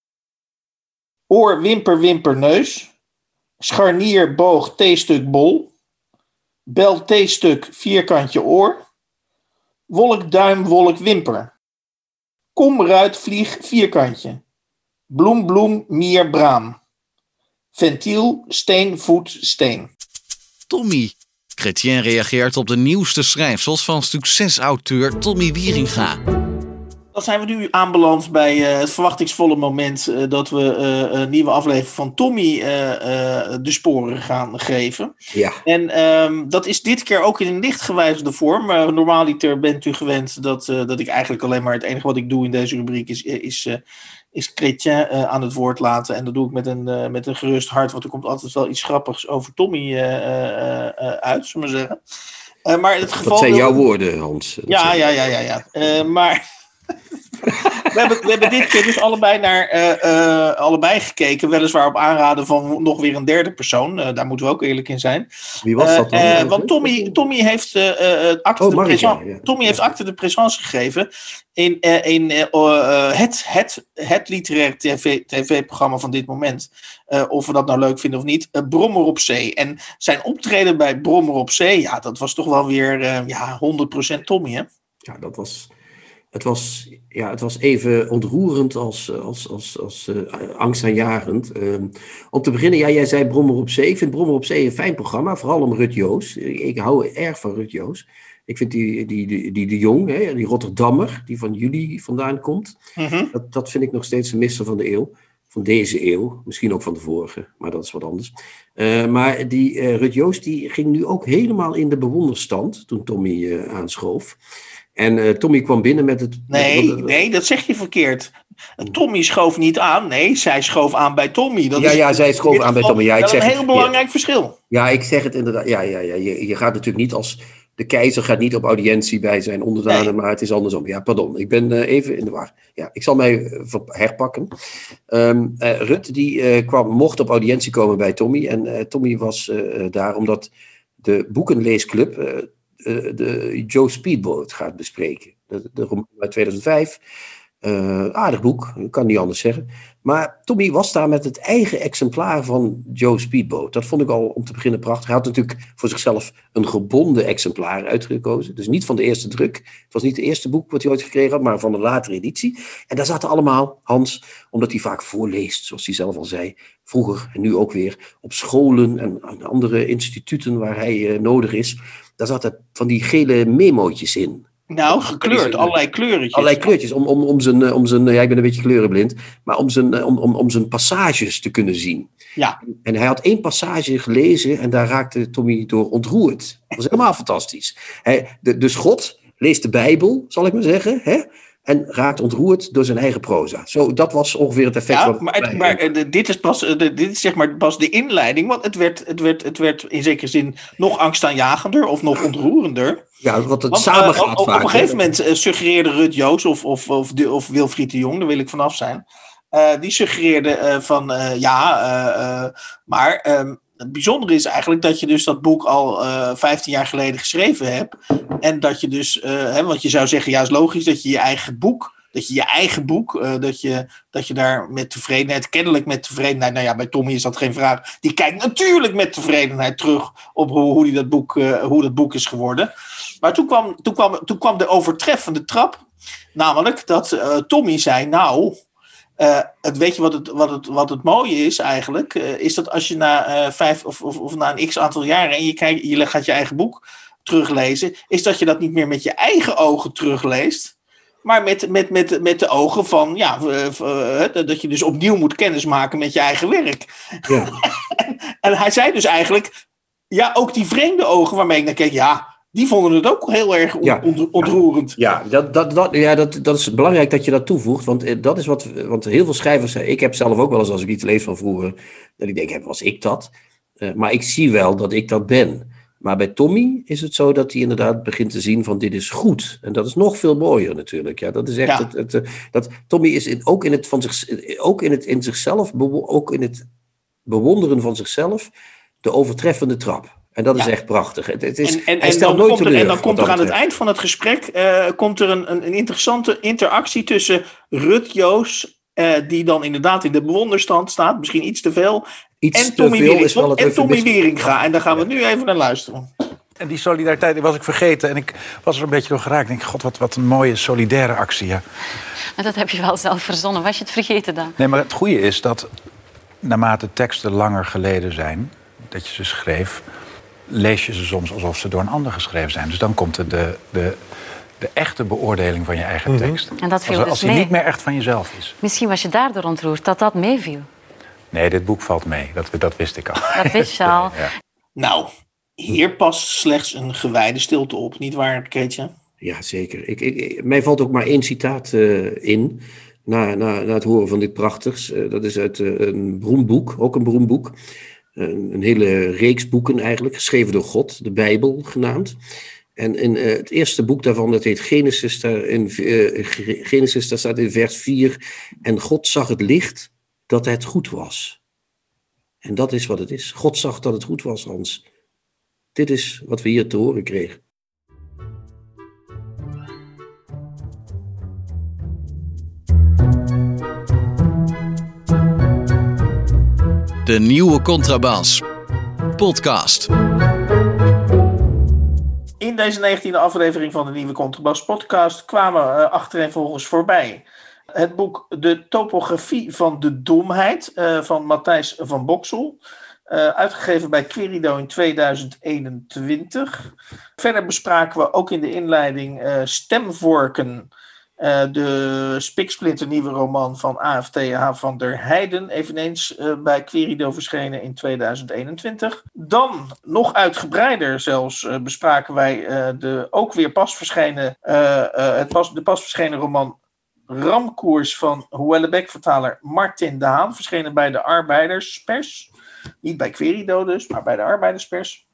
Oor, wimper, wimper, neus. Scharnier, boog, T-stuk, bol. Bel, T-stuk, vierkantje oor. Wolk, duim, wolk, wimper. Kom, ruit, vlieg, vierkantje. Bloem, bloem, mier, braam. Ventiel, steen, voet, steen. Tommy. Chrétien reageert op de nieuwste schrijfsels van succesauteur Tommy Wieringa. Dan zijn we nu aanbeland bij uh, het verwachtingsvolle moment uh, dat we uh, een nieuwe aflevering van Tommy uh, uh, de sporen gaan geven. Ja. En um, dat is dit keer ook in een licht gewijzigde vorm. Uh, normaaliter bent u gewend dat, uh, dat ik eigenlijk alleen maar het enige wat ik doe in deze rubriek is, is, uh, is Chrétien uh, aan het woord laten. En dat doe ik met een, uh, met een gerust hart, want er komt altijd wel iets grappigs over Tommy uh, uh, uh, uit, zullen we zeggen. Uh, maar in het geval dat zijn dat... jouw woorden, Hans. Dat ja, zijn... ja, ja, ja, ja. Uh, maar... we, hebben, we hebben dit keer dus allebei naar uh, uh, allebei gekeken, weliswaar op aanraden van nog weer een derde persoon. Uh, daar moeten we ook eerlijk in zijn. Wie was dat dan? Uh, uh, want Tommy, Tommy heeft uh, uh, acte oh, de présence, ja. Tommy heeft acte de présence gegeven in, uh, in uh, uh, het, het, het literaire tv, tv-programma van dit moment. Uh, of we dat nou leuk vinden of niet. Uh, Brommer op Zee. En zijn optreden bij Brommer op Zee, ja, dat was toch wel weer uh, ja, honderd procent Tommy, hè? Ja, dat was... Het was, ja, het was even ontroerend als, als, als, als uh, angstaanjagend. Uh, om te beginnen, ja, jij zei Brommer op Zee. Ik vind Brommer op Zee een fijn programma, vooral om Ruud Joos. Ik, ik hou erg van Ruud Joos. Ik vind die, die, die, die de Jong, hè, die Rotterdammer, die van jullie vandaan komt. Mm-hmm. Dat, dat vind ik nog steeds de meester van de eeuw. Van deze eeuw, misschien ook van de vorige, maar dat is wat anders. Uh, maar die uh, Ruud Joos, die ging nu ook helemaal in de bewonderstand toen Tommy uh, aanschoof. En uh, Tommy kwam binnen met het... Nee, met, met, nee, dat zeg je verkeerd. Tommy schoof niet aan. Nee, zij schoof aan bij Tommy. Dat ja, is, ja, zij schoof aan bij Tommy. Ja, ik dat is zeg een heel het, belangrijk ja. verschil. Ja, ik zeg het inderdaad. Ja, ja, ja. Je, je gaat natuurlijk niet als... De keizer gaat niet op audiëntie bij zijn onderdanen, nee. Maar het is andersom. Ja, pardon. Ik ben uh, even in de war. Ja, ik zal mij uh, herpakken. Um, uh, Ruud, die uh, kwam, mocht op audiëntie komen bij Tommy. En uh, Tommy was uh, daar omdat de boekenleesclub... Uh, Uh, de Joe Speedboat gaat bespreken. De, de roman uit tweeduizend vijf. Uh, aardig boek, ik kan niet anders zeggen. Maar Tommy was daar met het eigen exemplaar van Joe Speedboat. Dat vond ik al om te beginnen prachtig. Hij had natuurlijk voor zichzelf een gebonden exemplaar uitgekozen. Dus niet van de eerste druk. Het was niet het eerste boek wat hij ooit gekregen had, maar van de latere editie. En daar zaten allemaal, Hans, omdat hij vaak voorleest, zoals hij zelf al zei, vroeger en nu ook weer, op scholen en, en andere instituten waar hij uh, nodig is. Daar zaten van die gele memootjes in. Nou, gekleurd, allerlei kleurtjes. Allerlei kleurtjes, om, om, om zijn, om zijn, ja, ik ben een beetje kleurenblind, maar om zijn, om, om, om zijn passages te kunnen zien. Ja. En hij had één passage gelezen en daar raakte Tommy door ontroerd. Dat was helemaal fantastisch. Hij, de, dus God leest de Bijbel, zal ik maar zeggen, hè? En raakt ontroerd door zijn eigen proza. Zo, dat was ongeveer het effect. Ja, wat maar, het, maar uh, dit is pas, uh, dit is zeg maar pas de inleiding, want het werd, het werd, het werd in zekere zin nog angstaanjagender of nog ontroerender. Ja, wat het want, samen uh, gaat op, vaak. Op een gegeven moment uh, suggereerde Ruud Joos of, of, of, de, of Wilfried de Jong, daar wil ik vanaf zijn. Uh, die suggereerde uh, van uh, ja, uh, uh, maar um, het bijzondere is eigenlijk dat je dus dat boek al uh, vijftien jaar geleden geschreven hebt. En dat je dus, uh, hè, want je zou zeggen, ja, is logisch dat je je eigen boek, dat je je eigen boek, uh, dat, je, dat je daar met tevredenheid, kennelijk met tevredenheid, nou ja, bij Tommy is dat geen vraag. Die kijkt natuurlijk met tevredenheid terug op hoe, hoe, die dat, boek, uh, hoe dat boek is geworden. Maar toen kwam, toen kwam, toen kwam de overtreffende trap, namelijk dat uh, Tommy zei, nou... Uh, het, weet je wat het, wat, het, wat het mooie is eigenlijk? Uh, is dat als je na uh, vijf of, of, of na een x aantal jaren en je, kijkt, je gaat je eigen boek teruglezen, is dat je dat niet meer met je eigen ogen terugleest, maar met, met, met, met de ogen van, ja, uh, uh, dat je dus opnieuw moet kennismaken met je eigen werk. Ja. en, en hij zei dus eigenlijk, ja, ook die vreemde ogen waarmee ik naar keek, ja, die vonden het ook heel erg on- ja, on- ontroerend. Ja, dat, dat, dat, ja dat, dat is belangrijk dat je dat toevoegt. Want dat is wat, want heel veel schrijvers... Ik heb zelf ook wel eens, als ik iets lees van vroeger... dat ik denk, was ik dat? Uh, maar ik zie wel dat ik dat ben. Maar bij Tommy is het zo dat hij inderdaad begint te zien van... dit is goed. En dat is nog veel mooier natuurlijk. Ja, dat is echt... Ja. Het, het, dat, Tommy is in, ook in het, van zich, ook in het in zichzelf... ook in het bewonderen van zichzelf... de overtreffende trap. En dat is ja. echt prachtig. Het, het is, en, en, hij stelt en nooit teleur. Er, en dan komt er aan het eind van het gesprek uh, komt er een, een, een interessante interactie tussen Ruud Joos, uh, die dan inderdaad in de bewonderstand staat, misschien iets te veel, iets en Tommy, te veel is Wiering, en Tommy Wieringa. En daar gaan we nu even naar luisteren. En die solidariteit die was ik vergeten en ik was er een beetje door geraakt. Ik denk, god, wat, wat een mooie solidaire actie. Ja. Maar dat heb je wel zelf verzonnen. Was je het vergeten dan? Nee, maar het goede is dat naarmate teksten langer geleden zijn, dat je ze schreef, lees je ze soms alsof ze door een ander geschreven zijn. Dus dan komt de, de, de, de echte beoordeling van je eigen mm-hmm. tekst. En dat viel als dus als die mee. niet meer echt van jezelf is. Misschien was je daardoor ontroerd, dat dat meeviel. Nee, dit boek valt mee. Dat, dat wist ik al. Dat wist je al. Ja. Nou, hier past slechts een gewijde stilte op. Niet waar, Kreetje? Ja, zeker. Ik, ik, mij valt ook maar één citaat uh, in... Na, na, na het horen van dit prachtigs. Uh, dat is uit uh, een beroemd boek, ook een beroemd boek. Een, een hele reeks boeken eigenlijk, geschreven door God, de Bijbel genaamd. En in uh, het eerste boek daarvan, dat heet Genesis, daar in, uh, Genesis, daar staat in vers vier... En God zag het licht dat het goed was. En dat is wat het is. God zag dat het goed was, Hans. Dit is wat we hier te horen kregen. De Nieuwe Contrabas podcast. In deze negentiende aflevering van de Nieuwe Contrabas podcast kwamen we uh, achtereenvolgens voorbij het boek De Topografie van de Domheid uh, van Matthijs van Boxel. Uh, uitgegeven bij Querido in tweeduizend eenentwintig. Verder bespraken we ook in de inleiding uh, Stemvorken, uh, de spiksplinternieuwe roman van A F T H van der Heijden, eveneens uh, bij Querido verschenen in tweeduizend eenentwintig. Dan, nog uitgebreider zelfs, uh, bespraken wij uh, de ook weer pas verschenen, uh, uh, het pas, de pas verschenen roman Ramkoers van Houellebecq-vertaler Martin de Haan, verschenen bij de Arbeiderspers. Niet bij Querido dus, maar bij de Arbeiderspers.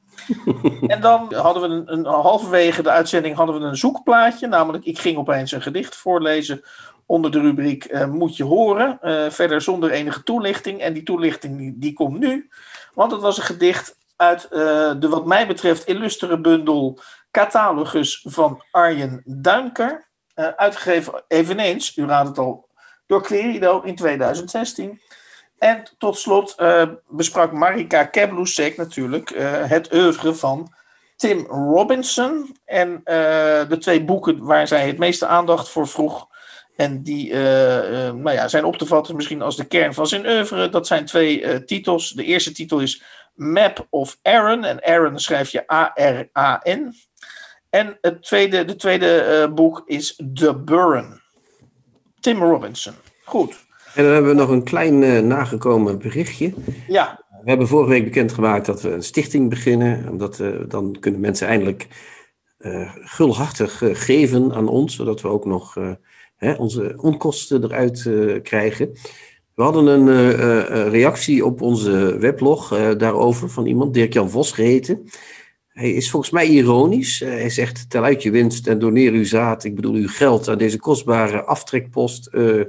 En dan hadden we een, een halverwege de uitzending hadden we een zoekplaatje. Namelijk, ik ging opeens een gedicht voorlezen onder de rubriek uh, Moet je horen. Uh, verder zonder enige toelichting. En die toelichting die, die komt nu. Want het was een gedicht uit uh, de wat mij betreft illustere bundel Catalogus van Arjen Duinker. Uh, uitgegeven eveneens, u raadt het al, door Querido in tweeduizend zestien. En tot slot uh, besprak Marika Keblusek natuurlijk uh, het oeuvre van Tim Robinson. En uh, de twee boeken waar zij het meeste aandacht voor vroeg. En die uh, uh, nou ja, zijn op te vatten misschien als de kern van zijn oeuvre. Dat zijn twee uh, titels. De eerste titel is Map of Aaron. En Aaron schrijf je A R A N. En het tweede, de tweede uh, boek is The Burren. Tim Robinson. Goed. En dan hebben we nog een klein uh, nagekomen berichtje. Ja. We hebben vorige week bekendgemaakt dat we een stichting beginnen. Omdat, uh, dan kunnen mensen eindelijk uh, gulhartig uh, geven aan ons. Zodat we ook nog uh, hè, onze onkosten eruit uh, krijgen. We hadden een uh, uh, reactie op onze weblog uh, daarover van iemand, Dirk-Jan Vos geheten. Hij is volgens mij ironisch. Uh, hij zegt, tel uit je winst en doneer uw zaad, ik bedoel uw geld, aan deze kostbare aftrekpost, uh,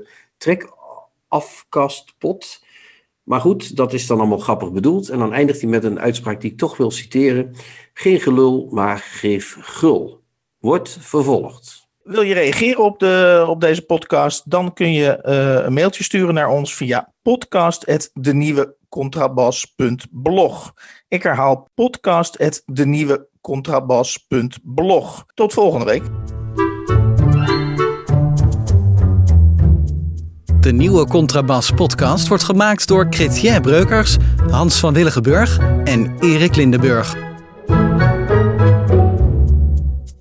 trekafkastpot. Maar goed, dat is dan allemaal grappig bedoeld. En dan eindigt hij met een uitspraak die ik toch wil citeren. Geen gelul, maar geef gul. Wordt vervolgd. Wil je reageren op, de, op deze podcast? Dan kun je uh, een mailtje sturen naar ons via podcast at de nieuwe contrabas punt blog. Ik herhaal podcast at de nieuwe contrabas punt blog. Tot volgende week. De Nieuwe Contrabas podcast wordt gemaakt door Chrétien Breukers, Hans van Willigenburg en Erik Lindenburg.